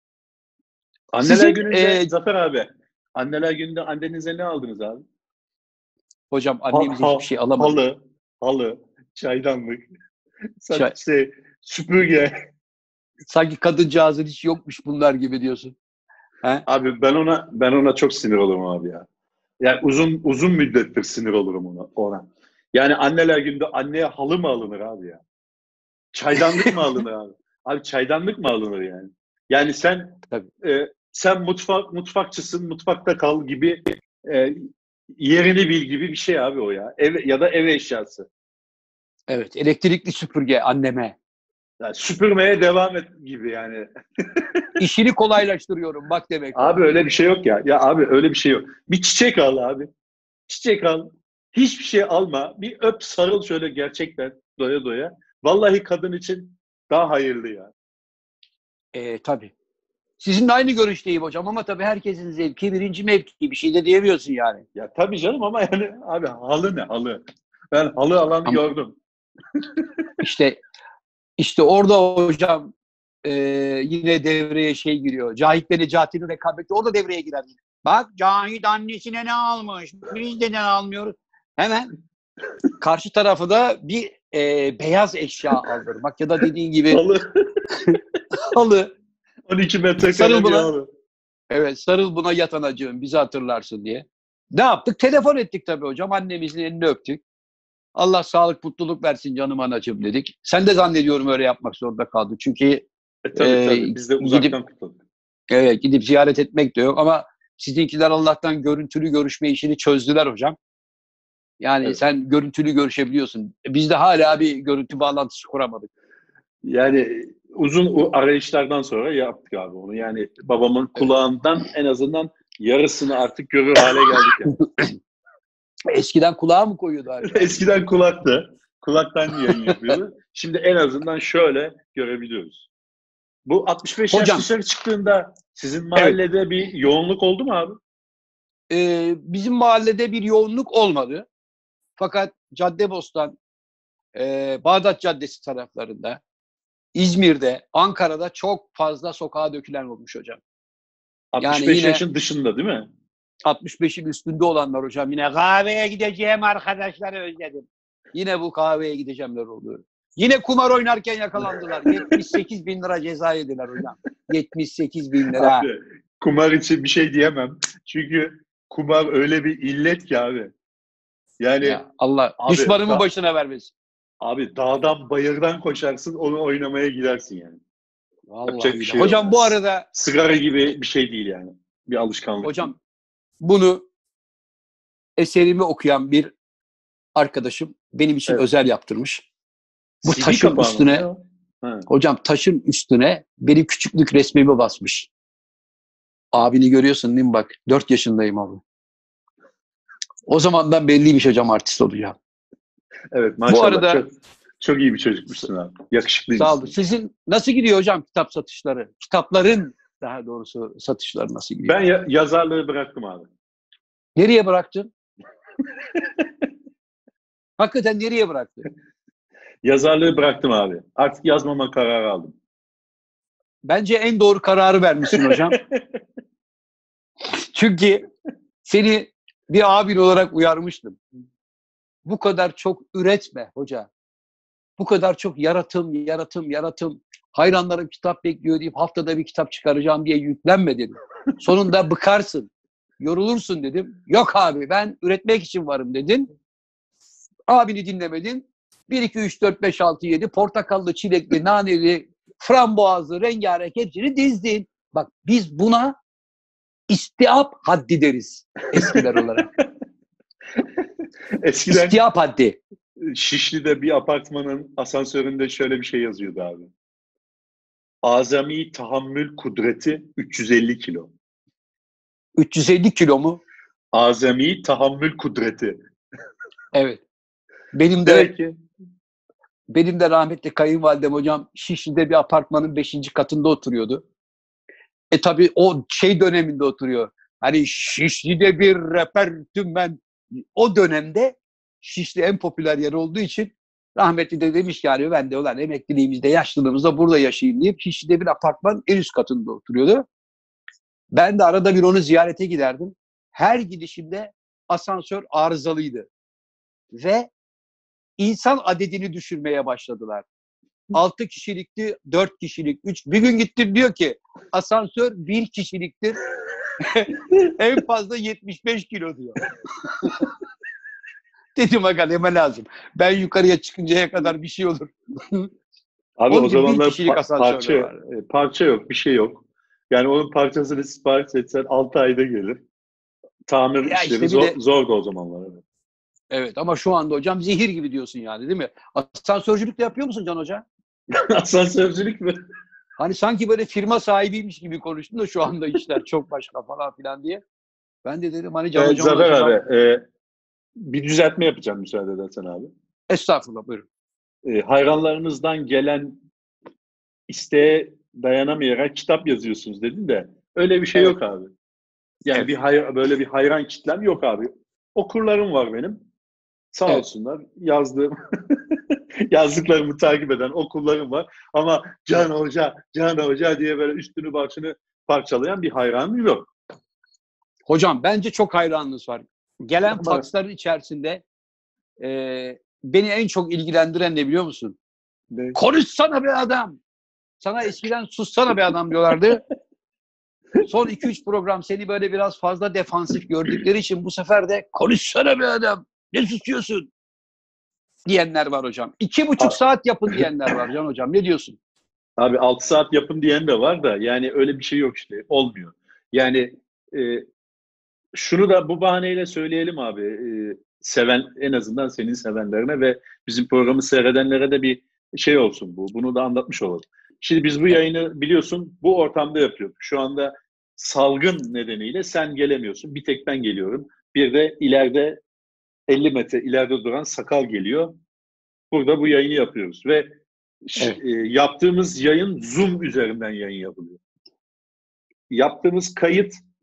Anneler Sizin gününde e, Zafer abi. Anneler gününde annenize ne aldınız abi? hocam Ha, annemize ha, hiçbir şey alamadık. halı, halı, çaydanlık, Şey, şey, süpürge. sanki kadıncağızın hiç yokmuş bunlar gibi diyorsun. He? Abi ben ona ben ona çok sinir olurum abi ya. Yani uzun uzun müddettir sinir olurum ona. ona. Yani anneler günde anneye halı mı alınır abi ya? Çaydanlık mı alınır abi? Abi çaydanlık mı alınır yani? Yani sen Tabii. e, sen mutfak mutfakçısın, mutfakta kal gibi e, yerini bil gibi bir şey abi o ya. Ev ya da ev eşyası. Evet, elektrikli süpürge anneme. Yani süpürmeye devam et gibi yani. İşini kolaylaştırıyorum bak demek o. Abi öyle bir şey yok ya. Ya abi öyle bir şey yok. Bir çiçek al abi. Çiçek al. Hiçbir şey alma. Bir öp sarıl şöyle gerçekten doya doya. Vallahi kadın için daha hayırlı ya. E, tabii. Sizinle aynı görüşteyim hocam ama tabii herkesin zevki birinci mevki bir şey de diyemiyorsun yani. Ya tabii canım ama yani abi halı ne halı? Ben halı alanı Ama gördüm. işte işte orada hocam e, yine devreye şey giriyor. Cahit ve Necati'nin rekabeti orada devreye girer. Bak Cahit annesine ne almış? Biz neden almıyoruz? Hemen karşı tarafı da bir e, beyaz eşya aldırmak ya da dediğin gibi Halı halı on iki metrekare sarıl bir buna. halı. Evet sarıl buna yat anacığım bizi hatırlarsın diye. Ne yaptık? Telefon ettik tabii hocam. Annemizin elini öptük. Allah sağlık mutluluk versin canım anacığım dedik. Sen de zannediyorum öyle yapmak zorunda kaldın. Çünkü E tabii e, tabii biz de gidip uzaktan tutalım. evet, gidip ziyaret etmek de yok ama sizinkiler Allah'tan görüntülü görüşme işini çözdüler hocam. Yani Evet. sen görüntülü görüşebiliyorsun. Biz de hala bir görüntü bağlantısı kuramadık. Yani uzun o arayışlardan sonra yaptık abi onu. Yani babamın Evet. kulağından en azından yarısını artık görür hale geldik yani. Eskiden kulağa mı koyuyordu acaba? Eskiden kulaktı. Kulaktan yayın yapıyordu. Şimdi en azından şöyle görebiliyoruz. Bu altmış beş yaş Hocam dışarı çıktığında sizin evet. mahallede bir yoğunluk oldu mu abi? e, bizim mahallede bir yoğunluk olmadı. Fakat Caddebostan, e, Bağdat Caddesi taraflarında, İzmir'de, Ankara'da çok fazla sokağa dökülen olmuş hocam. altmış Yani beş yine yaşın dışında değil mi? altmış beşin üstünde olanlar hocam. Yine kahveye gideceğim, arkadaşları özledim. Yine bu kahveye gideceğimler oluyor. Yine kumar oynarken yakalandılar. yetmiş sekiz bin lira ceza yediler hocam. yetmiş sekiz bin lira. Abi, kumar için bir şey diyemem. Çünkü kumar öyle bir illet ki abi. Yani Ya Allah abi, düşmanımın da, başına vermesin. abi dağdan bayırdan koşarsın, onu oynamaya gidersin yani. Yapacak bir Vallahi de. şey yok. Hocam bu arada Sigara gibi bir şey değil yani. Bir alışkanlık değil. hocam bunu eserimi okuyan bir arkadaşım benim için Evet. özel yaptırmış. Bu C D taşın kapağı mı? üstüne Ne o? Ha. hocam taşın üstüne benim küçüklük resmimi basmış. Abini görüyorsun değil mi bak? dört yaşındayım abi. O zamandan belliymiş hocam artist olacağım. Evet, maşallah. Bu arada çok, çok iyi bir çocukmuşsun abi. Yakışıklıymışsın. sağ olun. Sizin nasıl gidiyor hocam kitap satışları? Kitapların daha doğrusu satışları nasıl gidiyor? Ben ya- yazarlığı bıraktım abi. Nereye bıraktın? Hakikaten nereye bıraktın? Yazarlığı bıraktım abi. Artık yazmama kararı aldım. Bence en doğru kararı vermişsin hocam. Çünkü seni bir abin olarak uyarmıştım. Bu kadar çok üretme hoca. Bu kadar çok yaratım, yaratım, yaratım. Hayranlarım kitap bekliyor deyip haftada bir kitap çıkaracağım diye yüklenme dedim. Sonunda bıkarsın, yorulursun dedim. Yok abi ben üretmek için varım dedin. Abini dinlemedin. bir, iki, üç, dört, beş, altı, yedi portakallı, çilekli, naneli, frambuazlı, rengarenk hepsini dizdin. Bak biz buna istiap haddi deriz eskiler olarak. Eskiden İstiap haddi. Şişli'de bir apartmanın asansöründe şöyle bir şey yazıyordu abi. Azami tahammül kudreti üç yüz elli kilo. üç yüz elli kilo mu? Azami tahammül kudreti. Evet. Benim de Demek ki benim de rahmetli kayınvalidem hocam Şişli'de bir apartmanın beşinci katında oturuyordu. E tabii o şey döneminde oturuyor. Hani Şişli'de bir repertüm ben. O dönemde Şişli en popüler yer olduğu için rahmetli de demiş ki yani ben de ulan emekliliğimizde yaşlılığımızda burada yaşayayım deyip Şişli'de bir apartman en üst katında oturuyordu. Ben de arada bir onu ziyarete giderdim. Her gidişimde asansör arızalıydı. Ve insan adedini düşürmeye başladılar. altı kişilikti, dört kişilik, üç. Bir gün gittim diyor ki asansör bir kişiliktir. En fazla yetmiş beş kilo diyor. Dedim aga neme lazım. Ben yukarıya çıkıncaya kadar bir şey olur. abi Onun o için bir zamanlar kişilik pa- asansörler parça var. e, parça yok, bir şey yok. Yani onun parçasını sipariş etsen altı ayda gelir. Tamir Ya işleri işte bir zor, de zordu o zamanlar. Evet. evet ama şu anda hocam zehir gibi diyorsun yani değil mi? Asansörcülük de yapıyor musun Can Hoca? Asansörcülük mü? Hani sanki böyle firma sahibiymiş gibi konuştun da şu anda işler çok başka falan filan diye. Ben de dedim hani Can Evet, Hocam'ın Zafer acaba... abi, e, bir düzeltme yapacağım müsaade edersen abi. Estağfurullah buyurun. E, hayranlarınızdan gelen isteğe dayanamayarak kitap yazıyorsunuz dedin de öyle bir şey Evet. yok abi. Yani Evet. bir hay- böyle bir hayran kitlem yok abi. Okurlarım var benim. Sağ Evet. olsunlar. Yazdığım yazdıklarımı takip eden okullarım var. Ama Can Hoca, Can Hoca diye böyle üstünü başını parçalayan bir hayranım yok. Hocam bence çok hayranınız var. Gelen Ama faksların içerisinde e, beni en çok ilgilendiren ne biliyor musun? ne? Konuşsana be adam. Sana eskiden sussana be adam diyorlardı. Son iki üç program seni böyle biraz fazla defansif gördükleri için bu sefer de konuşsana be adam. Ne susuyorsun? Diyenler var hocam. İki buçuk saat yapın diyenler var Can Hocam. Ne diyorsun? Abi altı saat yapın diyen de var da yani öyle bir şey yok işte. Olmuyor. Yani e, şunu da bu bahaneyle söyleyelim abi. E, seven en azından senin sevenlerine ve bizim programı seyredenlere de bir şey olsun bu. Bunu da anlatmış olalım. Şimdi biz bu Evet. yayını biliyorsun bu ortamda yapıyorduk. Şu anda salgın nedeniyle sen gelemiyorsun. Bir tek ben geliyorum. Bir de ileride elli metre ileride duran Sakal geliyor. Burada bu yayını yapıyoruz ve Evet. e, yaptığımız yayın Zoom üzerinden yayın yapılıyor. Yaptığımız kayıt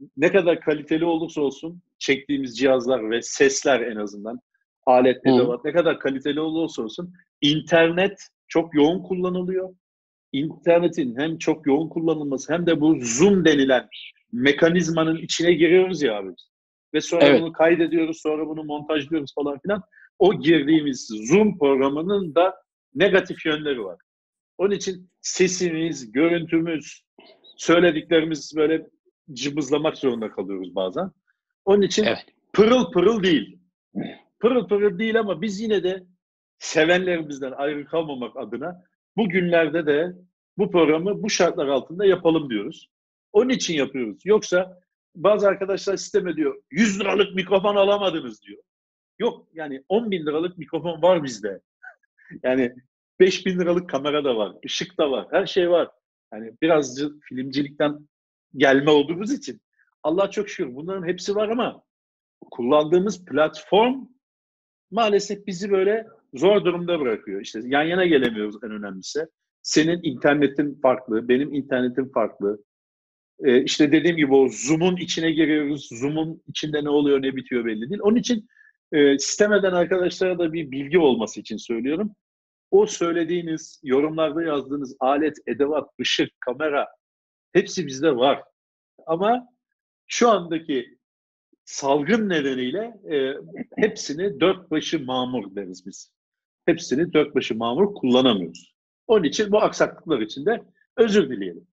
ne kadar kaliteli olursa olsun çektiğimiz cihazlar ve sesler en azından alet, edevat ne kadar kaliteli olursa olsun internet çok yoğun kullanılıyor. İnternetin hem çok yoğun kullanılması hem de bu Zoom denilen mekanizmanın içine giriyoruz ya abi. Ve sonra Evet. bunu kaydediyoruz, sonra bunu montajlıyoruz falan filan. O girdiğimiz Zoom programının da negatif yönleri var. Onun için sesimiz, görüntümüz, söylediklerimiz böyle cıbızlamak zorunda kalıyoruz bazen. Onun için Evet. pırıl pırıl değil. Pırıl pırıl değil ama biz yine de sevenlerimizden ayrı kalmamak adına bugünlerde de bu programı bu şartlar altında yapalım diyoruz. Onun için yapıyoruz. Yoksa bazı arkadaşlar sistem ediyor. yüz liralık mikrofon alamadınız diyor. Yok yani on bin liralık mikrofon var bizde. Yani beş bin liralık kamera da var, ışık da var, her şey var. Yani birazcık filmcilikten gelme olduğumuz için Allah çok şükür bunların hepsi var ama kullandığımız platform maalesef bizi böyle zor durumda bırakıyor. İşte yan yana gelemiyoruz en önemlisi. Senin internetin farklı, benim internetim farklı. Ee, işte dediğim gibi o Zoom'un içine giriyoruz. Zoom'un içinde ne oluyor, ne bitiyor belli değil. Onun için e, sistem eden arkadaşlara da bir bilgi olması için söylüyorum. O söylediğiniz, yorumlarda yazdığınız alet, edevat, ışık, kamera hepsi bizde var. Ama şu andaki salgın nedeniyle e, hepsini dört başı mamur deriz biz. Hepsini dört başı mamur kullanamıyoruz. Onun için bu aksaklıklar için de özür dileyelim.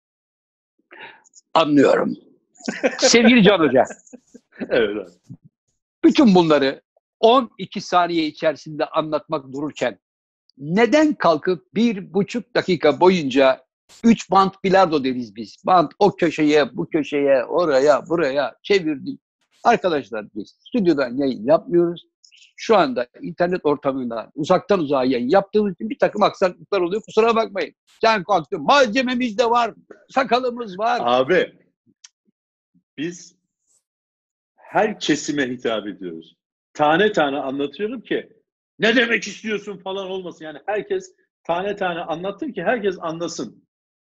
Anlıyorum. Sevgili Can Hoca, Evet abi. bütün bunları on iki saniye içerisinde anlatmak dururken neden kalkıp bir buçuk dakika boyunca üç bant bilardo deriz biz. Bant o köşeye, bu köşeye, oraya, buraya çevirdik. Arkadaşlar biz stüdyodan yayın yapmıyoruz. Şu anda internet ortamından uzaktan uzağa yayın yaptığımız için bir takım aksaklıklar oluyor. Kusura bakmayın. Can kalktı. Malzememiz de var. Sakalımız var. Abi biz her kesime hitap ediyoruz. Tane tane anlatıyorum ki ne demek istiyorsun falan olmasın. Yani herkes tane tane anlattım ki herkes anlasın.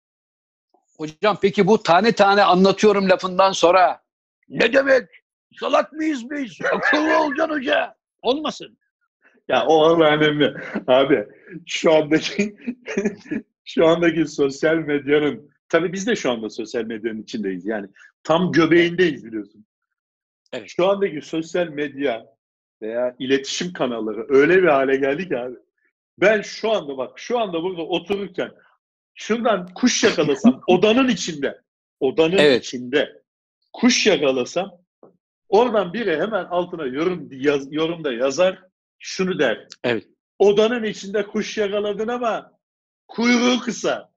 Hocam peki bu tane tane anlatıyorum lafından sonra ne demek? Salak mıyız biz? Akıllı olacaksın hoca. Olmasın. Ya o önemli. Abi şu andaki şu andaki sosyal medyanın tabii biz de şu anda sosyal medyanın içindeyiz. Yani tam göbeğindeyiz biliyorsun. Evet. Şu andaki sosyal medya veya iletişim kanalları öyle bir hale geldi ki abi. Ben şu anda bak şu anda burada otururken şuradan kuş yakalasam odanın içinde odanın Evet. içinde kuş yakalasam oradan biri hemen altına yorum yaz, yorumda yazar şunu der. Evet. Odanın içinde kuş yakaladın ama kuyruğu kısa.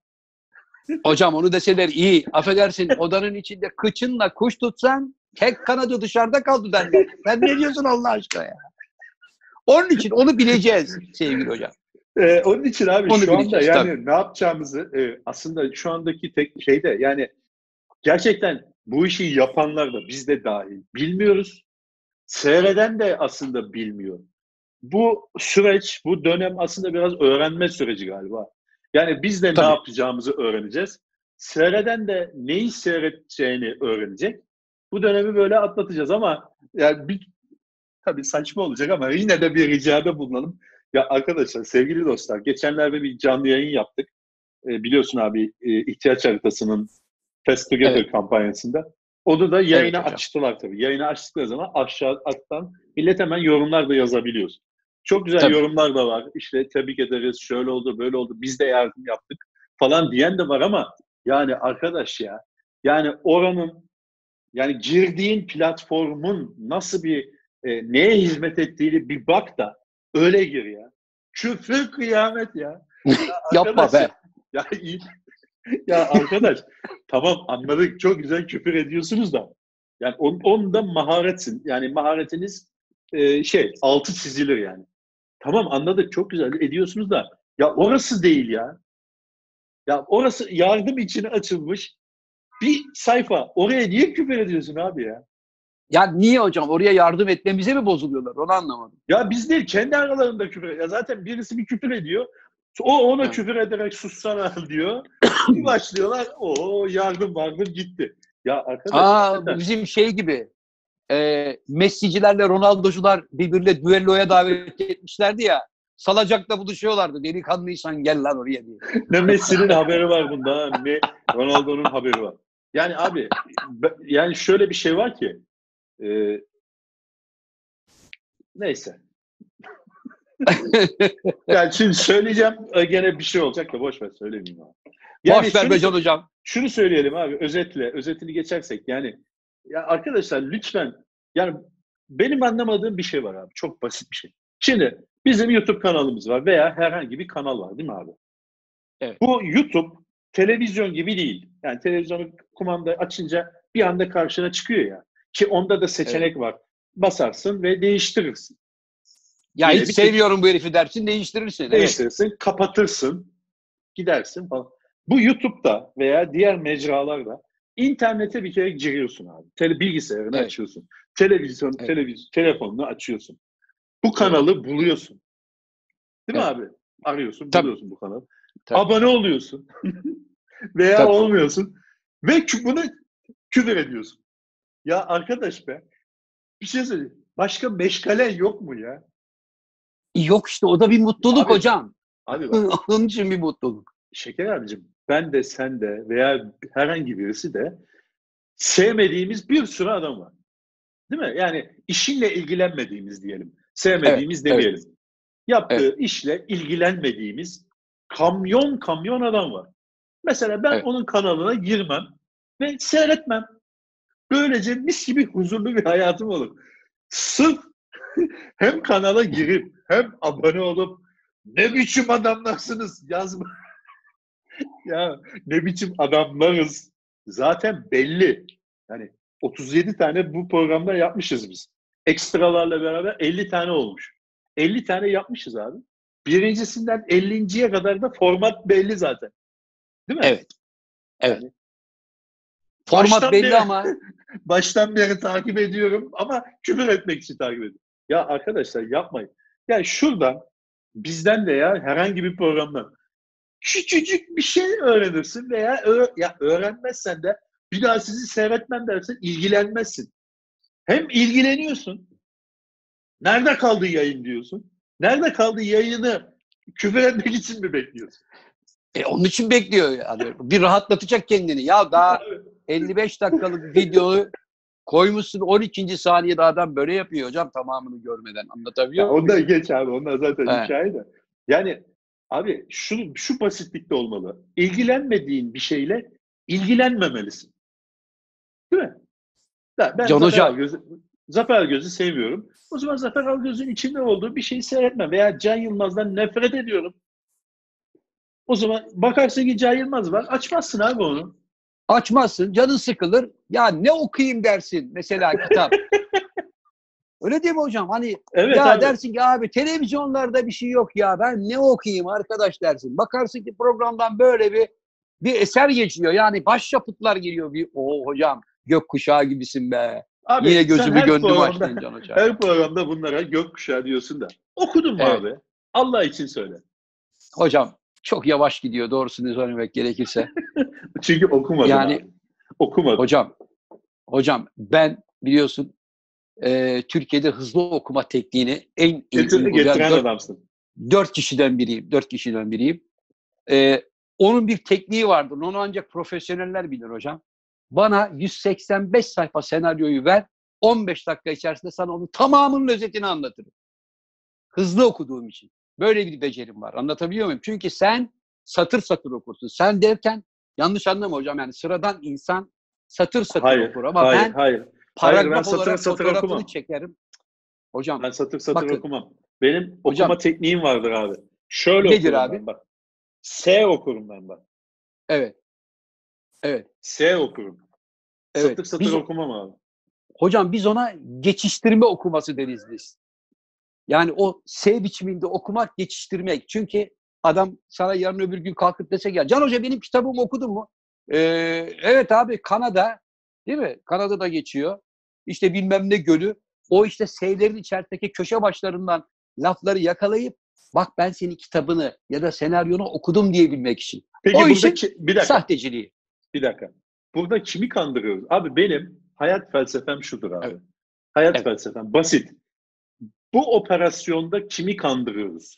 Hocam onu deseler iyi. Affedersin odanın içinde kıçınla kuş tutsan tek kanadı dışarıda kaldı derler. Sen ne diyorsun Allah aşkına ya? Onun için onu bileceğiz sevgili hocam. Ee, onun için abi Onu şu anda bileceğiz, yani tabii. ne yapacağımızı e, aslında şu andaki tek şeyde yani gerçekten bu işi yapanlar da biz de dahil bilmiyoruz. Seyreden de aslında bilmiyor. Bu süreç, bu dönem aslında biraz öğrenme süreci galiba. Yani biz de Tabii. ne yapacağımızı öğreneceğiz. Seyreden de neyi seyredeceğini öğrenecek. Bu dönemi böyle atlatacağız ama yani bir, tabii saçma olacak ama yine de bir ricada bulunalım. Ya arkadaşlar, sevgili dostlar, geçenlerde bir canlı yayın yaptık. E, biliyorsun abi e, ihtiyaç haritasının Fast Together Evet. kampanyasında. Onu da yayına Evet hocam. açtılar tabii. Yayına açtıkları zaman aşağı alttan millet hemen yorumlar da yazabiliyor. Çok güzel Tabii. yorumlar da var. İşte tebrik ederiz, şöyle oldu, böyle oldu, biz de yardım yaptık falan diyen de var ama yani arkadaş ya, yani oranın, yani girdiğin platformun nasıl bir, e, neye hizmet ettiğini bir bak da öyle gir ya. Küfür kıyamet ya. Ya Yapma arkadaş be. ya. Ya, iyi- ya arkadaş tamam anladık, çok güzel küfür ediyorsunuz da yani on, onda maharetsin. Yani maharetiniz e, şey altı çizilir yani. Tamam anladık, çok güzel ediyorsunuz da ya orası değil ya. Ya orası yardım için açılmış bir sayfa. Oraya niye küfür ediyorsun abi ya? Ya niye hocam? Oraya yardım etmemize mi bozuluyorlar? Onu anlamadım. Ya biz değil, kendi aralarında küfür. Ya zaten birisi bir küfür ediyor. O ona Evet. küfür ederek sussana diyor. Bir başlıyorlar. O yardım vardım gitti. Ya arkadaş Aa, bu hakikaten. bizim şey gibi. E, Messi'cilerle Ronaldo'cular birbirine düelloya davet etmişlerdi ya. Salacak'ta buluşuyorlardı. Delikanlıysan gel lan oraya diye. Ne Messi'nin haberi var bunda, ne Ronaldo'nun haberi var. Yani abi, be- yani şöyle bir şey var ki, e, neyse. Yani şimdi söyleyeceğim, e, gene bir şey olacak da boş ver söylemeyeyim abi. Yani Boş ver şunu, be Can Hocam. şunu söyleyelim abi, özetle, özetini geçersek yani, ya arkadaşlar lütfen, yani benim anlamadığım bir şey var abi, çok basit bir şey. Şimdi bizim YouTube kanalımız var veya herhangi bir kanal var değil mi abi? Evet. Bu YouTube televizyon gibi değil. Yani televizyonu kumanda açınca bir anda karşına çıkıyor ya. Ki onda da seçenek var. Basarsın ve değiştirirsin. Ya Yine hiç bir tık sevmiyorum bu herifi dersin, değiştirirsin. Evet. değiştirirsin, kapatırsın, gidersin falan. Bu YouTube'da veya diğer mecralarda internete bir kere giriyorsun abi. Tele, bilgisayarını Evet. açıyorsun. Televizyon, Evet. televizyon, telefonunu açıyorsun. Bu Evet. kanalı buluyorsun. Değil mi Evet. abi? Arıyorsun, Tabii. buluyorsun bu kanalı. Tabii. Abone oluyorsun. Veya Tabii. olmuyorsun. Ve kü- bunu küfür ediyorsun. Ya arkadaş be, bir şey söyleyeyim. Başka meşgalen yok mu ya? Yok işte, o da bir mutluluk Abi, hocam. abi bak, Onun için bir mutluluk. Şeker abicim, ben de sen de veya herhangi birisi de sevmediğimiz bir sürü adam var. Değil mi? Yani işinle ilgilenmediğimiz diyelim. Sevmediğimiz Evet, evet, demeyelim. Yaptığı evet. işle ilgilenmediğimiz kamyon kamyon adam var. Mesela ben Evet. onun kanalına girmem ve seyretmem. Böylece mis gibi huzurlu bir hayatım olur. Sırf hem kanala girip hem abone olup ne biçim adamlarsınız yazma. Ya ne biçim adamlarız. Zaten belli. Yani otuz yedi tane bu programda yapmışız biz. Ekstralarla beraber elli tane olmuş. elli tane yapmışız abi. Birincisinden ellinciye kadar da format belli zaten. Değil mi? Evet. Evet. Yani Format baştan belli beri ama baştan beri takip ediyorum ama küfür etmek için takip ediyorum. Ya arkadaşlar yapmayın. Yani şuradan bizden de ya herhangi bir programdan küçücük bir şey öğrenirsin veya ö- ya öğrenmezsen de bir daha sizi seyretmem dersen ilgilenmezsin. Hem ilgileniyorsun. Nerede kaldı yayın diyorsun. Nerede kaldı yayını küfür etmek için mi bekliyorsun? e, onun için bekliyor yani. Bir rahatlatacak kendini. Ya daha elli beş dakikalık videoyu koymuşsun, on ikinci saniyede adam böyle yapıyor hocam, tamamını görmeden. Ya Anlatabiliyor ondan muyum? geç abi. Onlar zaten He. hikaye de. Yani abi şu, şu basitlikte olmalı. İlgilenmediğin bir şeyle ilgilenmemelisin. Değil mi? Ya ben Can Zafer Hocam, Algöz'ü Zafer Algöz'ü seviyorum. O zaman Zafer Algöz'ün içinde olduğu bir şeyi seyretmem. Veya Can Yılmaz'dan nefret ediyorum. O zaman bakarsın ki Can Yılmaz var. Açmazsın abi onu. açmazsın, canın sıkılır. Ya ne okuyayım dersin mesela, kitap. Öyle değil mi hocam? Hani Evet ya abi. dersin ki abi televizyonlarda bir şey yok ya, ben ne okuyayım arkadaş dersin. Bakarsın ki programdan böyle bir bir eser geçiyor. Yani başyapıtlar geliyor. Bir o hocam gökkuşağı gibisin be. Yine Abi sen gözümü her gönlümü açtın programda Can Hocam. her programda bunlara gökkuşağı diyorsun da. Okudun mu Evet. abi? Allah için söyle. Hocam çok yavaş gidiyor doğrusunu söylemek gerekirse. Çünkü okumadın Yani abi. Okumadın. hocam hocam ben biliyorsun e, Türkiye'de hızlı okuma tekniğini en iyi Getir, uygulayan getiren dört, adamsın. dört kişiden biriyim. Dört kişiden biriyim. E, onun bir tekniği vardır. Onu ancak profesyoneller bilir hocam. Bana yüz seksen beş sayfa senaryoyu ver. on beş dakika içerisinde sana onun tamamının özetini anlatırım. Hızlı okuduğum için. Böyle bir becerim var. Anlatabiliyor muyum? Çünkü sen satır satır okursun. Sen derken yanlış anlama hocam, yani sıradan insan satır satır Hayır, okur ama hayır, ben hayır. Hayır, ben paragraf satır olarak satır fotoğrafını okumam. çekerim. Hocam Ben satır satır bakın okumam. Benim okuma hocam, tekniğim vardır abi. Şöyle nedir okurum abi? ben bak. S okurum ben bak. Evet. Evet. S okurum. Evet. Satır satır Biz okumam abi. hocam biz ona geçiştirme okuması deriz biz. Yani o S biçiminde okumak, geçiştirmek. Çünkü adam sana yarın öbür gün kalkıp dese ya Can Hoca benim kitabımı okudun mu? Ee, evet abi, Kanada değil mi? Kanada'da geçiyor. İşte bilmem ne gölü. O işte S'lerin içerisindeki köşe başlarından lafları yakalayıp bak ben senin kitabını ya da senaryonu okudum diyebilmek için. Peki O burada işin ki, bir dakika. sahteciliği. Bir dakika. Burada kimi kandırıyoruz? Abi benim hayat felsefem şudur abi. Evet. Hayat Evet. felsefem basit. Bu operasyonda kimi kandırıyoruz?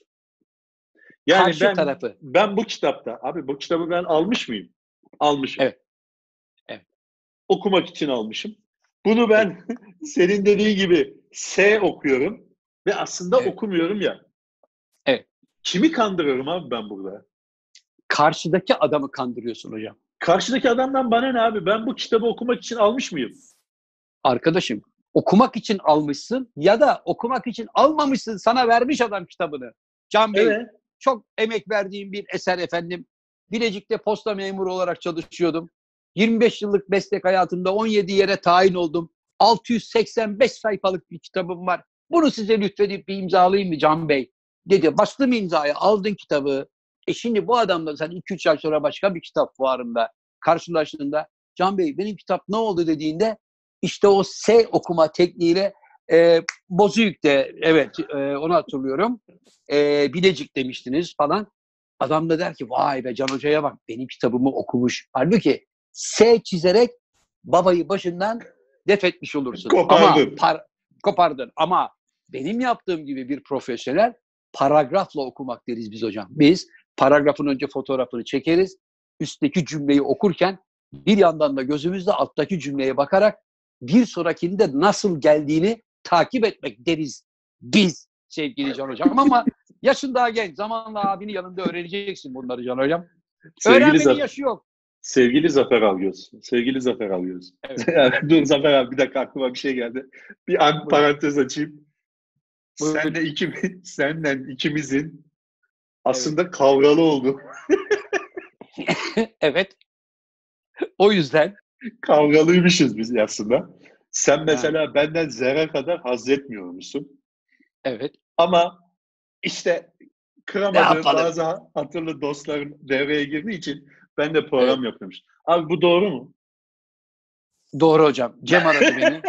Yani Karşı ben tarafı. ben bu kitapta, abi bu kitabı ben almış mıyım? Almışım. Evet. Evet. Okumak için almışım. Bunu ben senin dediğin gibi S okuyorum ve aslında Evet. okumuyorum ya. Evet. Kimi kandırıyorum abi ben burada? Karşıdaki adamı kandırıyorsun hocam. Karşıdaki adamdan bana ne abi? Ben bu kitabı okumak için almış mıyım? Arkadaşım, okumak için almışsın ya da okumak için almamışsın, sana vermiş adam kitabını. Can Bey, Evet. çok emek verdiğim bir eser efendim. Bilecik'te posta memuru olarak çalışıyordum. yirmi beş yıllık meslek hayatımda on yedi yere tayin oldum. altı yüz seksen beş sayfalık bir kitabım var. Bunu size lütfedip bir imzalayayım mı Can Bey? Dedi. Bastım imzayı, aldın kitabı. E şimdi bu adamla sen iki üç ay sonra başka bir kitap fuarında karşılaştığında Can Bey benim kitap ne oldu dediğinde işte o S okuma tekniğiyle e, Bozüyük'te, evet e, onu hatırlıyorum. E, Bilecik demiştiniz falan. Adam da der ki vay be Can Hoca'ya bak benim kitabımı okumuş. Halbuki S çizerek babayı başından def etmiş olursun. Kopardın. Ama par, kopardın. Ama benim yaptığım gibi bir profesyonel paragrafla okumak deriz biz hocam. Biz paragrafın önce fotoğrafını çekeriz. Üstteki cümleyi okurken bir yandan da gözümüzle alttaki cümleye bakarak bir sonrakinde nasıl geldiğini takip etmek deriz biz sevgili Can Hocam. Ama yaşın daha genç. Zamanla abinin yanında öğreneceksin bunları Can Hocam. Sevgili Öğrenmenin Zafer, yaşı yok. sevgili Zafer Algöz. Sevgili Zafer Algöz. Evet. Yani, dur Zafer abi bir dakika aklıma bir şey geldi. Bir an parantez açayım. Buyurun. Senle ikimiz, senden ikimizin aslında evet. kavgalı oldu. Evet. O yüzden kavgalıymışız biz aslında. Sen mesela ha. benden zerre kadar haz etmiyormuşsun. Evet. Ama işte kıramadığım bazı hatırlı dostlarım devreye girdiği için ben de program evet. yapıyormuş. Abi bu doğru mu? Doğru hocam. Cem aradı beni.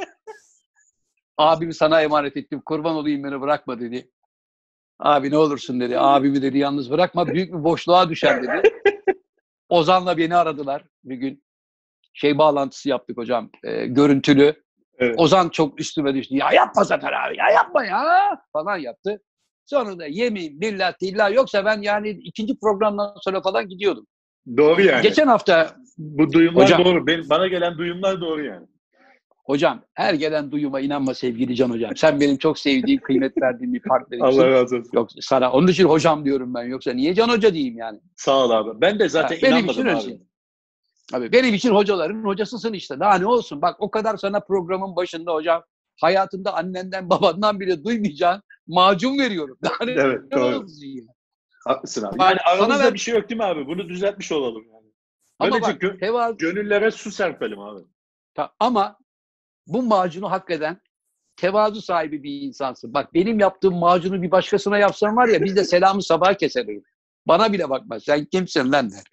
Abimi sana emanet ettim. Kurban olayım beni bırakma dedi. Abi ne olursun dedi. Abimi dedi yalnız bırakma. Büyük bir boşluğa düşer dedi. Ozan'la beni aradılar bir gün. Şey bağlantısı yaptık hocam. E, görüntülü. Evet. Ozan çok üstüme düştü. Ya yapma Zafer abi. Ya yapma ya. Falan yaptı. Sonunda yemin billah dillah yoksa ben yani ikinci programdan sonra falan gidiyordum. Doğru yani. Geçen hafta bu duyumlar hocam, doğru. Benim, bana gelen duyumlar doğru yani. Hocam her gelen duyuma inanma sevgili Can Hocam. Sen benim çok sevdiğim, kıymet verdiğim bir partnerimsin. Allah razı olsun. Yok sana onun için hocam diyorum ben. Yoksa niye Can Hoca diyeyim yani? Sağ ol abi. Ben de zaten ha, inanmadım benim için abi. Abi benim için hocaların hocasısın işte. Daha ne olsun? Bak o kadar sana programın başında hocam hayatında annenden babandan bile duymayacağın macun veriyorum. Daha ne evet ne doğru. Haklısın abi. Yani aramızda ben... bir şey yok değil mi abi? Bunu düzeltmiş olalım yani. Böylece ama bak, gö- tevaz... gönüllere su serpelim abi. Ta- ama bu macunu hak eden tevazu sahibi bir insansın. Bak benim yaptığım macunu bir başkasına yapsam var ya biz de selamı sabaha keseriz. Bana bile bakma. Sen kimsin lan der.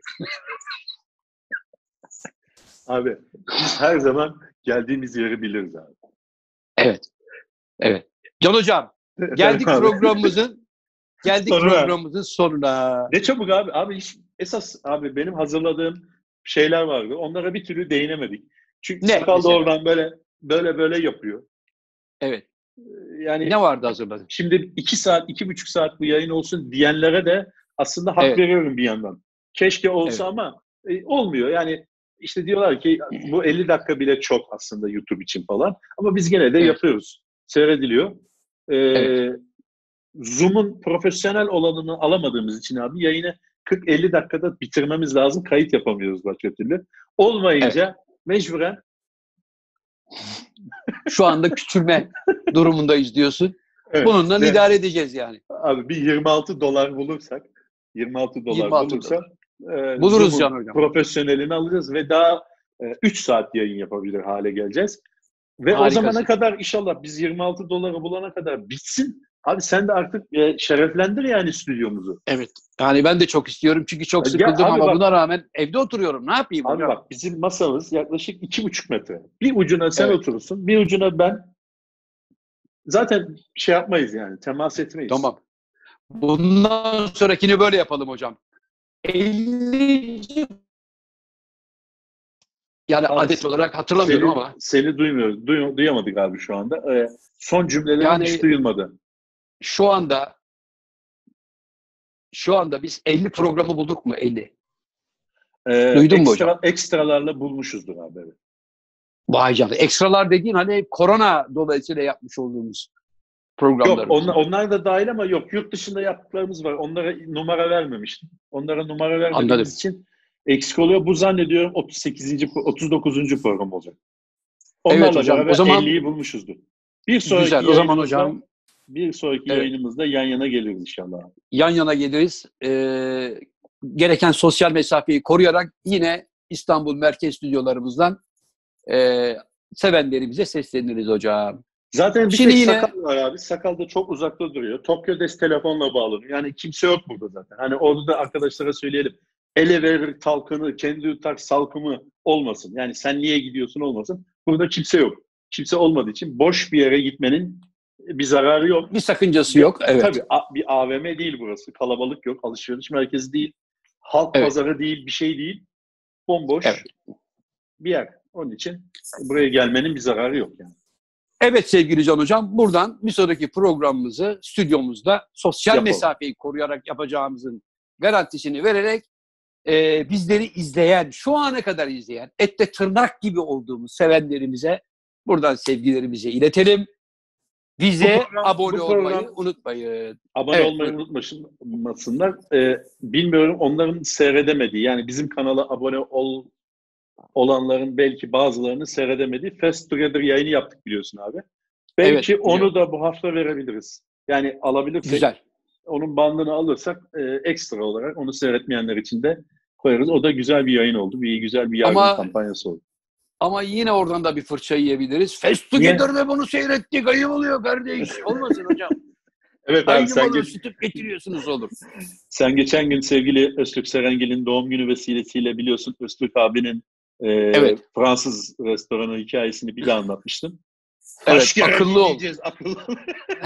Abi biz her zaman geldiğimiz yeri biliriz abi. Evet. Evet. Can Hocam geldik programımızın geldik sonuna. programımızın sonuna. Ne çabuk abi. Abi iş, esas abi benim hazırladığım şeyler vardı. Onlara bir türlü değinemedik. Çünkü ne, Sakal da oradan böyle böyle böyle yapıyor. Evet. Yani ne vardı hazırladın? Şimdi iki saat, iki buçuk saat bu yayın olsun diyenlere de aslında hak evet. veriyorum bir yandan. Keşke olsa evet. ama e, olmuyor. Yani işte diyorlar ki bu elli dakika bile çok aslında YouTube için falan. Ama biz gene de evet. yapıyoruz. Seyrediliyor. Ee, evet. Zoom'un profesyonel olanını alamadığımız için abi yayını kırk elli dakikada bitirmemiz lazım. Kayıt yapamıyoruz başka türlü. Olmayınca evet. mecburen şu anda küçülme durumundayız diyorsun. Evet, bununla evet. idare edeceğiz yani. Abi bir yirmi altı dolar bulursak, yirmi altı dolar yirmi altı bulursak dolar. E, buluruz Can Hocam. Profesyonelini alacağız ve daha e, üç saat yayın yapabilir hale geleceğiz. Ve harikasın. O zamana kadar inşallah biz yirmi altı doları bulana kadar bitsin. Abi sen de artık e, şereflendir yani stüdyomuzu. Evet. Yani ben de çok istiyorum çünkü çok sıkıldım ya, ama bak, buna rağmen evde oturuyorum. Ne yapayım abi hocam? Bak bizim masamız yaklaşık iki buçuk metre. Bir ucuna sen evet. oturursun, bir ucuna ben. Zaten şey yapmayız yani, temas etmeyiz. Tamam. Bundan sonrakini böyle yapalım hocam. ellinci yani Abi, adet olarak hatırlamıyorum seni, ama. seni duymuyoruz. Duy, duyamadık abi şu anda. Ee, son cümlelerin hiç Yani duyulmadı. şu anda şu anda biz elli programı bulduk mu? elli. Ee, Duydun mu hocam? ekstra, ekstralarla bulmuşuzdur abi. Evet. Vay canına. Ekstralar dediğin hani korona dolayısıyla yapmış olduğumuz Yok programlarımız onlar, mı? onlar da dahil ama yok yurt dışında yaptıklarımız var. Onlara numara vermemiştim. Onlara numara vermediğimiz Anladım. için eksik oluyor. Bu zannediyorum otuz sekizinci otuz dokuzuncu program olacak. Evet Onlarla hocam. O beraber zaman elliyi bulmuşuzdur. Bir sonraki güzel. O zaman yayınımızda hocam bir sonraki evet, yayınımızda yan yana geliriz inşallah. yan yana geliriz. Ee, gereken sosyal mesafeyi koruyarak yine İstanbul merkez stüdyolarımızdan e, sevenlerimize sesleniriz hocam. Zaten bir Şimdi tek yine sakal var abi. Sakal da çok uzakta duruyor. Tokyo Des telefonla bağlanıyor. Yani kimse yok burada zaten. Hani orada da arkadaşlara söyleyelim. Ele verir talkını, kendi yutar salkımı olmasın. Yani sen niye gidiyorsun olmasın. Burada kimse yok. Kimse olmadığı için boş bir yere gitmenin bir zararı yok. bir sakıncası Bir, yok. Evet. tabii a- bir A V M değil burası. Kalabalık yok. Alışveriş merkezi değil. Halk Evet. pazarı değil. Bir şey değil. Bomboş Evet. bir yer. Onun için buraya gelmenin bir zararı yok yani. Evet sevgili Can Hocam, buradan bir sonraki programımızı stüdyomuzda sosyal Yapalım. mesafeyi koruyarak yapacağımızın garantisini vererek e, bizleri izleyen, şu ana kadar izleyen, ette tırnak gibi olduğumuz sevenlerimize buradan sevgilerimizi iletelim. Bize Bu program- abone bu olmayı program- unutmayın. Abone Evet, olmayı buyurun. unutmasınlar. Ee, bilmiyorum onların seyredemediği yani bizim kanala abone ol, olanların belki bazılarının seyredemediği Fast Together yayını yaptık biliyorsun abi. Belki Evet, onu biliyorum. da bu hafta verebiliriz. Yani alabilirsek Güzel. onun bandını alırsak e, ekstra olarak onu seyretmeyenler için de koyarız. O da güzel bir yayın oldu. Bir güzel bir yardım Ama kampanyası oldu. ama yine oradan da bir fırça yiyebiliriz. Fast Together'da bunu seyrettik, ayıp oluyor kardeş. Olmasın hocam. Evet abi Aynı sen balığı geç, tutup getiriyorsunuz olur. sen geçen gün sevgili Öztürk Serengil'in doğum günü vesilesiyle biliyorsun Öztürk abinin e, Evet. Fransız restoranı hikayesini bir daha anlatmıştın. Evet, Kaç kere akıllı ol. dinleyeceğiz akıllı ol.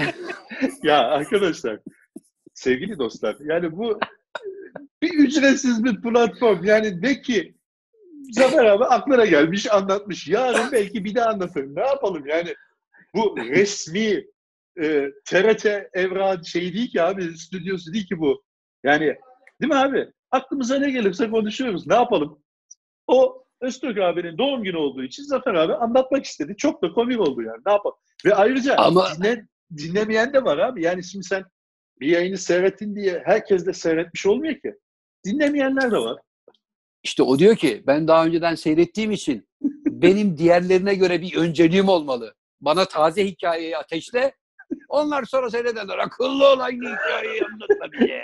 Ya arkadaşlar, sevgili dostlar, yani bu bir ücretsiz bir platform. Yani de ki Zafer abi aklına gelmiş, anlatmış. Yarın belki bir daha anlatır. Ne yapalım yani? Bu resmi e, T R T evrağı şey değil ki abi, stüdyosu değil ki bu. Yani değil mi abi? Aklımıza ne gelirse konuşuyoruz. Ne yapalım? O Öztürk abinin doğum günü olduğu için Zafer abi anlatmak istedi. Çok da komik oldu yani. Ne yapalım? Ve ayrıca Ama dinle, dinlemeyen de var abi. Yani şimdi sen bir yayını seyrettin diye herkes de seyretmiş olmuyor ki. Dinlemeyenler de var. işte o diyor ki ben daha önceden seyrettiğim için benim diğerlerine göre bir önceliğim olmalı. Bana taze hikayeyi ateşle. Onlar sonra seyrederler. Akıllı ol, aynı hikayeyi anlatma bize.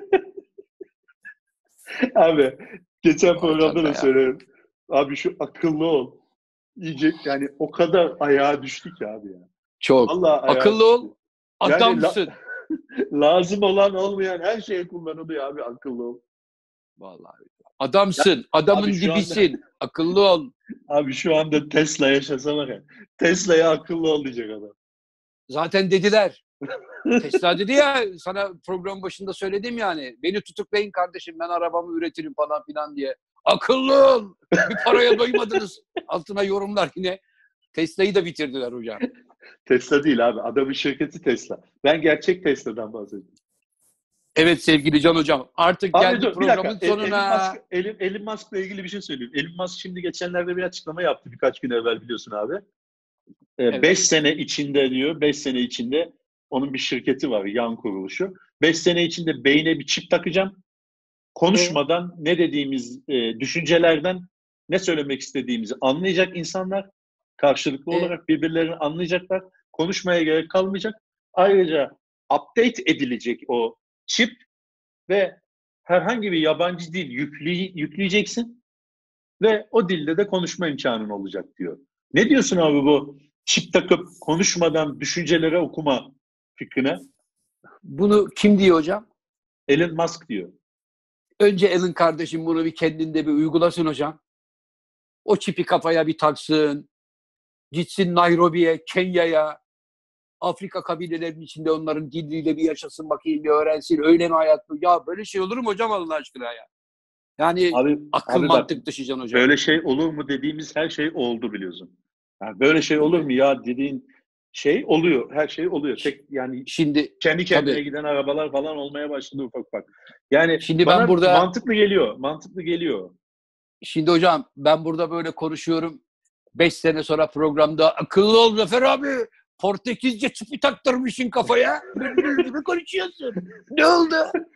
Abi geçen Vay programda canına da ya. söyledim. Abi şu akıllı ol. İyice yani o kadar ayağa düştük ya abi ya. Çok. Vallahi ayağa Akıllı ol, düştük. Yani adamsın. la- lazım olan olmayan her şeye kullanılıyor abi akıllı ol. Vallahi. Adamsın, adamın abi şu anda- dibisin. Akıllı ol. Abi şu anda Tesla yaşasa var ya. Tesla'ya akıllı ol diyecek adam. Zaten dediler. Tesla dedi ya, sana program başında söyledim yani. Beni tutuklayın kardeşim, ben arabamı üretirim falan filan diye. Akıllı ol. Bir paraya doymadınız. Altına yorumlar yine. Tesla'yı da bitirdiler hocam. Tesla değil abi. Adamın şirketi Tesla. Ben gerçek Tesla'dan bahsediyorum. Evet sevgili Can hocam. Artık Abi geldik dur bir programın dakika. El- Elon, sonuna. Musk, Elon, Elon Musk'la ilgili bir şey söyleyeyim. Elon Musk şimdi geçenlerde bir açıklama yaptı birkaç gün evvel biliyorsun abi. Beş Evet. sene içinde diyor, beş sene içinde onun bir şirketi var, yan kuruluşu. Beş sene içinde beyne bir çip takacağım. Konuşmadan ne dediğimiz e, düşüncelerden ne söylemek istediğimizi anlayacak insanlar. Karşılıklı E, olarak birbirlerini anlayacaklar. Konuşmaya gerek kalmayacak. Ayrıca update edilecek o çip ve herhangi bir yabancı dil yükley- yükleyeceksin ve o dilde de konuşma imkanın olacak diyor. Ne diyorsun abi bu çip takıp konuşmadan düşüncelere okuma fikrine? Bunu kim diyor hocam? Elon Musk diyor. Önce Elon kardeşim bunu bir kendinde bir uygulasın hocam. O çipi kafaya bir taksın. Gitsin Nairobi'ye, Kenya'ya. Afrika kabilelerinin içinde onların diliyle bir yaşasın bakayım, bir öğrensin. Öyle mi hayat bu? Ya böyle şey olur mu hocam Allah aşkına ya? Yani Abi, akıl abi bak, mantık dışı Can hocam. böyle şey olur mu dediğimiz her şey oldu biliyorsun. Yani böyle şey olur mu ya dediğin şey oluyor. Her şey oluyor. Tek yani Şimdi kendi kendine tabii. giden arabalar falan olmaya başladı ufak ufak. Yani Şimdi bana ben burada mantıklı geliyor. Mantıklı geliyor. Şimdi hocam ben burada böyle konuşuyorum. Beş sene sonra programda akıllı ol Zafer abi. Portekizce çipi taktırmışsın kafaya. Bülbül gibi konuşuyorsun. Ne oldu?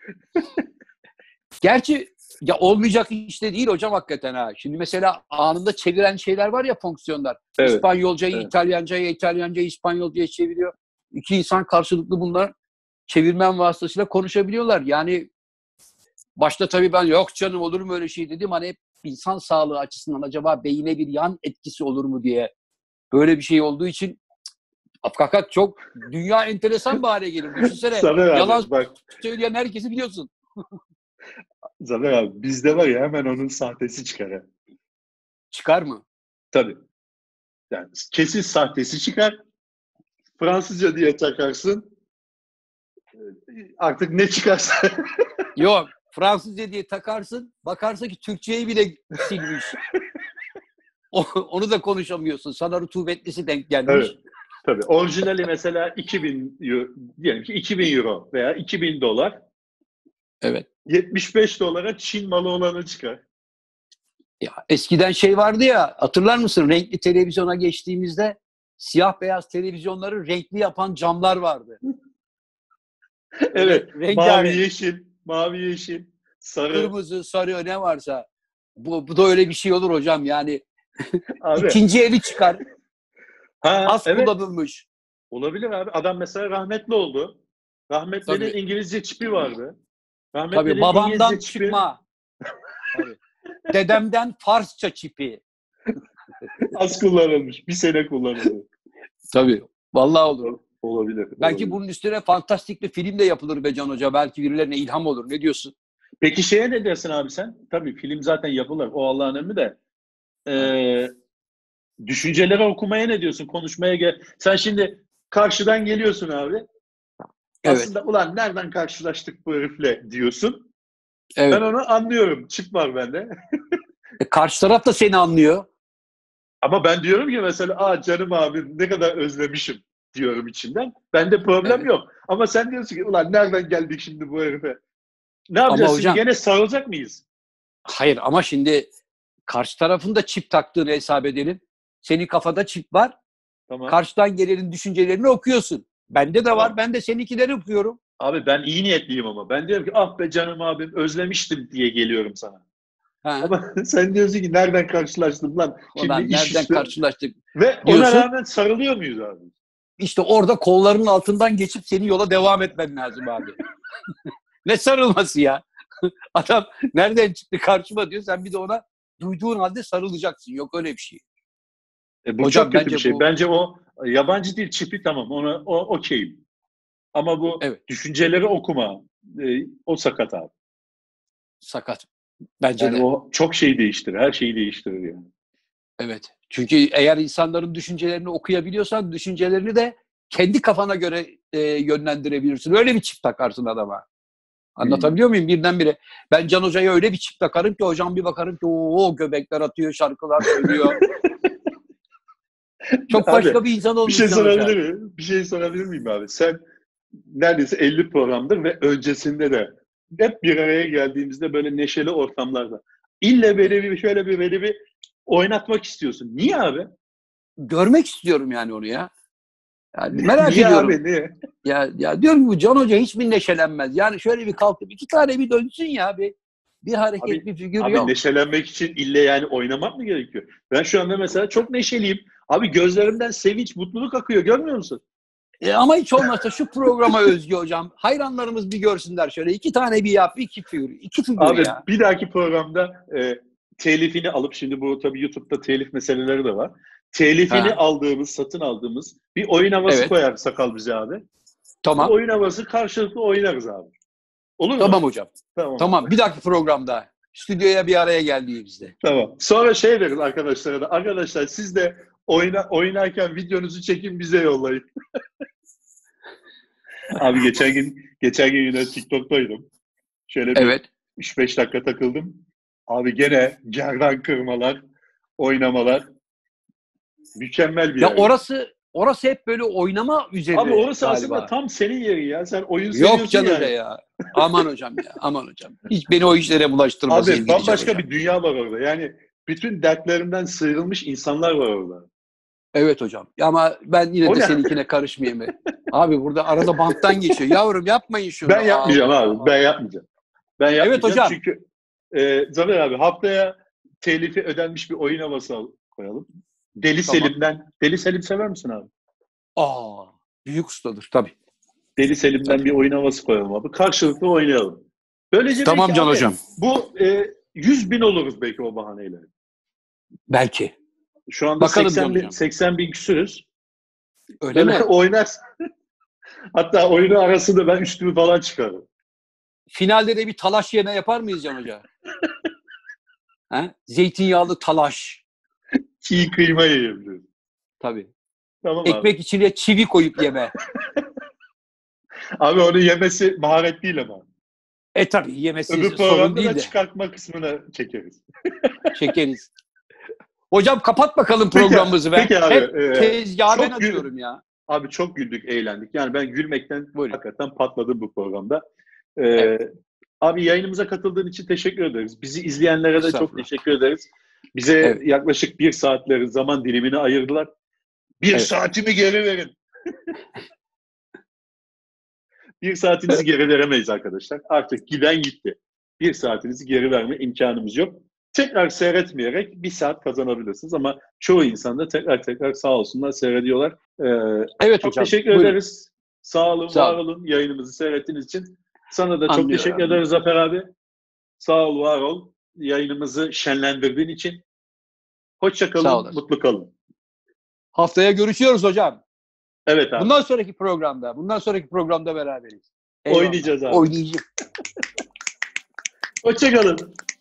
Gerçi ya olmayacak işte değil hocam hakikaten ha. Şimdi mesela anında çeviren şeyler var ya fonksiyonlar. Evet. İspanyolcayı Evet. İtalyanca'ya, İtalyancayı İspanyolca'ya çeviriyor. İki insan karşılıklı bunlar çevirmen vasıtasıyla konuşabiliyorlar. Yani başta tabii ben yok canım olur mu öyle şey dedim. Hani hep insan sağlığı açısından acaba beyine bir yan etkisi olur mu diye. Böyle bir şey olduğu için fakat çok dünya enteresan bir hale gelir. Düşünsene Zafer abi yalan bak. söyleyen herkesi biliyorsun. Zafer abi bizde var ya hemen onun sahtesi çıkar. Ha. Çıkar mı? Tabii. Yani kesin sahtesi çıkar. Fransızca diye takarsın. Artık ne çıkarsa. Yok. Fransızca diye takarsın. Bakarsın ki Türkçeyi bile silmiş. O, onu da konuşamıyorsun. Sana rutubetlisi denk gelmiş. Evet. Tabii. Orijinali mesela iki bin euro, diyelim ki iki bin euro veya iki bin dolar. Evet. yetmiş beş dolara Çin malı olanı çıkar. Ya, eskiden şey vardı ya, hatırlar mısın? Renkli televizyona geçtiğimizde siyah beyaz televizyonları renkli yapan camlar vardı. Evet. Renk, mavi yeşil, mavi yeşil, sarı. Kırmızı, sarı ne varsa. Bu, bu da öyle bir şey olur hocam. Yani Abi. ikinci eli çıkar. Ha, Az evet. kullanılmış. Olabilir abi. Adam mesela rahmetli oldu. Rahmetlinin Tabii. İngilizce çipi vardı. Tabii Rahmetlinin babamdan İngilizce çipi. çıkma. Tabii. Dedemden Farsça çipi. Az kullanılmış. Bir sene kullanıldı. Tabii. Vallahi olur. Olabilir. Belki olabilir. bunun üstüne fantastik bir film de yapılır be Can Hoca. Belki birilerine ilham olur. Ne diyorsun? Peki şeye ne dersin abi sen? Tabii film zaten yapılır. O Allah'ın emri de. Ee, düşünceleri okumaya ne diyorsun? Konuşmaya gel. Sen şimdi karşıdan geliyorsun abi. Evet. Aslında ulan nereden karşılaştık bu herifle diyorsun. Evet. Ben onu anlıyorum. Çip var bende. E, karşı taraf da seni anlıyor. Ama ben diyorum ki mesela aa canım abi ne kadar özlemişim diyorum içimden. Bende problem Evet. yok. Ama sen diyorsun ki ulan nereden geldik şimdi bu herife? Ne yapacağız Ama şimdi? hocam, Gene sarılacak mıyız? hayır ama şimdi karşı tarafın da çip taktığını hesap edelim. Senin kafada çip var. Tamam. Karşıdan gelenin düşüncelerini okuyorsun. Bende de Tamam. var. Ben de seninkileri okuyorum. Abi ben iyi niyetliyim ama. Ben diyorum ki ah be canım abim özlemiştim diye geliyorum sana. Ha. Ama sen diyorsun ki nereden karşılaştım lan? Şimdi Ulan iş nereden üstü. karşılaştık Ve diyorsun. ona rağmen sarılıyor muyuz abi? İşte orada kollarının altından geçip senin yola devam etmen lazım abi. Ne sarılması ya? Adam nereden çıktı karşıma diyor. Sen bir de ona duyduğun halde sarılacaksın. Yok öyle bir şey. E bu Hocam çok kötü bence bir şey. bu- Bence o yabancı dil çipi tamam. Ona o okeyim. Ama bu Evet. düşünceleri okuma e, o sakat abi. Sakat. Bence Yani de. o çok şey değiştirir. Her şeyi değiştirir yani. Evet. Çünkü eğer insanların düşüncelerini okuyabiliyorsan düşüncelerini de kendi kafana göre e, yönlendirebilirsin. Öyle bir çift takarsın adama. Anlatabiliyor muyum birdenbire? Ben Can Hoca'ya öyle bir çift takarım ki hocam bir bakarım ki o göbekler atıyor, şarkılar söylüyor. Çok Abi, başka bir insan bir olmuş şey Can Hoca. sorabilir miyim? Bir şey sorabilir miyim abi? Sen neredeyse elli programdır ve öncesinde de hep bir araya geldiğimizde böyle neşeli ortamlarda. İlle beni bir şöyle bir beni bir oynatmak istiyorsun. Niye abi? Görmek istiyorum yani onu ya. Yani merak Niye ediyorum. abi? Niye? Ya, ya diyorum ki bu Can Hoca hiç mi neşelenmez? Yani şöyle bir kalkıp iki tane bir dönsün ya. Bir, bir hareket, Abi, bir figür abi yok. neşelenmek için ille yani oynamak mı gerekiyor? Ben şu anda mesela çok neşeliyim. Abi gözlerimden sevinç, mutluluk akıyor. Görmüyor musun? E, ama hiç olmazsa şu programa özgü hocam. Hayranlarımız bir görsünler şöyle. iki tane bir yap, iki figür. iki figür Abi ya. bir dahaki programda e, telifini alıp şimdi bu tabii YouTube'da telif meseleleri de var. Telifini Ha. aldığımız, satın aldığımız bir oyun havası Evet. koyar Sakal bize abi. Tamam. Bu oyun havası karşılıklı oynarız abi. Olur mu? Tamam hocam. Tamam. Tamam. Abi. Bir dahaki programda stüdyoya bir araya geldiğimizde. Tamam. Sonra şey veririz arkadaşlara da. Arkadaşlar siz de oyna, oynarken videonuzu çekin bize yollayın. Abi geçen gün geçen gün yine TikTok'taydım. Şöyle bir Evet. üç beş dakika takıldım. Abi gene gerdan kırmalar, oynamalar. Mükemmel bir Ya yer. orası orası hep böyle oynama üzerine Abi orası aslında galiba. tam senin yerin ya. Sen oyun Yok seviyorsun Can Hoca yani. ya. Aman hocam ya. Aman hocam. Hiç beni o işlere bulaştırma Abi sevgili Can bambaşka Hocam. bir dünya var orada. Yani bütün dertlerinden sıyrılmış insanlar var orada. Evet hocam. Ya ama ben yine O de ne? seninkine karışmayayım. Abi burada arada banttan geçiyor. Yavrum yapmayın şunu. Ben yapmayacağım Allah abi. Ben Allah. yapmayacağım. Ben Evet yapmayacağım hocam. çünkü e, Zafer abi haftaya telifi ödenmiş bir oyun havası al- koyalım. Deli Tamam. Selim'den. Deli Selim sever misin abi? Aa, büyük ustadır tabii. Deli Selim'den Tabii. bir oyun havası koyalım abi. Karşılıklı oynayalım. Böylece Tamam belki Can abi Hocam. bu e, yüz bin oluruz belki o bahaneyle. Belki. Şu anda Bakalım seksen Can bin, Hocam. seksen bin küsürüz. Öyle mi? Oynarsın. Hatta oyunu arasında ben üstümü falan çıkarım. Finalde de bir talaş yeme yapar mıyız Can Hoca? He? Zeytinyağlı talaş. Çiğ kıyma yiyebiliriz. Tabii. Tamam Ekmek abi. içine çivi koyup yeme. Abi onu yemesi maharet değil ama. E tabii yemesi Öbür sorun programda değil da de. çıkartma kısmını çekeriz. Çekeriz. Hocam kapat bakalım Peki, programımızı be. peki abi. Hep e, tezgahı ben çok gül- açıyorum ya. Abi çok güldük, eğlendik. Yani ben gülmekten Buyurun. hakikaten patladım bu programda. Ee, Evet. Abi yayınımıza katıldığın için teşekkür ederiz. Bizi izleyenlere de çok Estağfurullah. teşekkür ederiz. Bize Evet. yaklaşık bir saatleri zaman dilimini ayırdılar. Bir Evet. saatimi geri verin. Bir saatinizi geri veremeyiz arkadaşlar. Artık giden gitti. Bir saatinizi geri verme imkanımız yok. Tekrar seyretmeyerek bir saat kazanabilirsiniz ama çoğu insan da tekrar tekrar sağ olsunlar seyrediyorlar. Ee, Evet çok hocam. teşekkür Buyurun. ederiz. Sağ olun, Sağ var olun. olun yayınımızı seyrettiğiniz için. Sana da çok Anlıyorum. teşekkür ederiz Zafer abi. Sağ ol, var ol. Yayınımızı şenlendirdiğin için. Hoşça Sağ kalın, olasın. mutlu kalın. Haftaya görüşüyoruz hocam. Evet abi. Bundan sonraki programda, bundan sonraki programda beraberiz. Eyvallah. Oynayacağız abi. Oynayacağız. Hoşça kalın.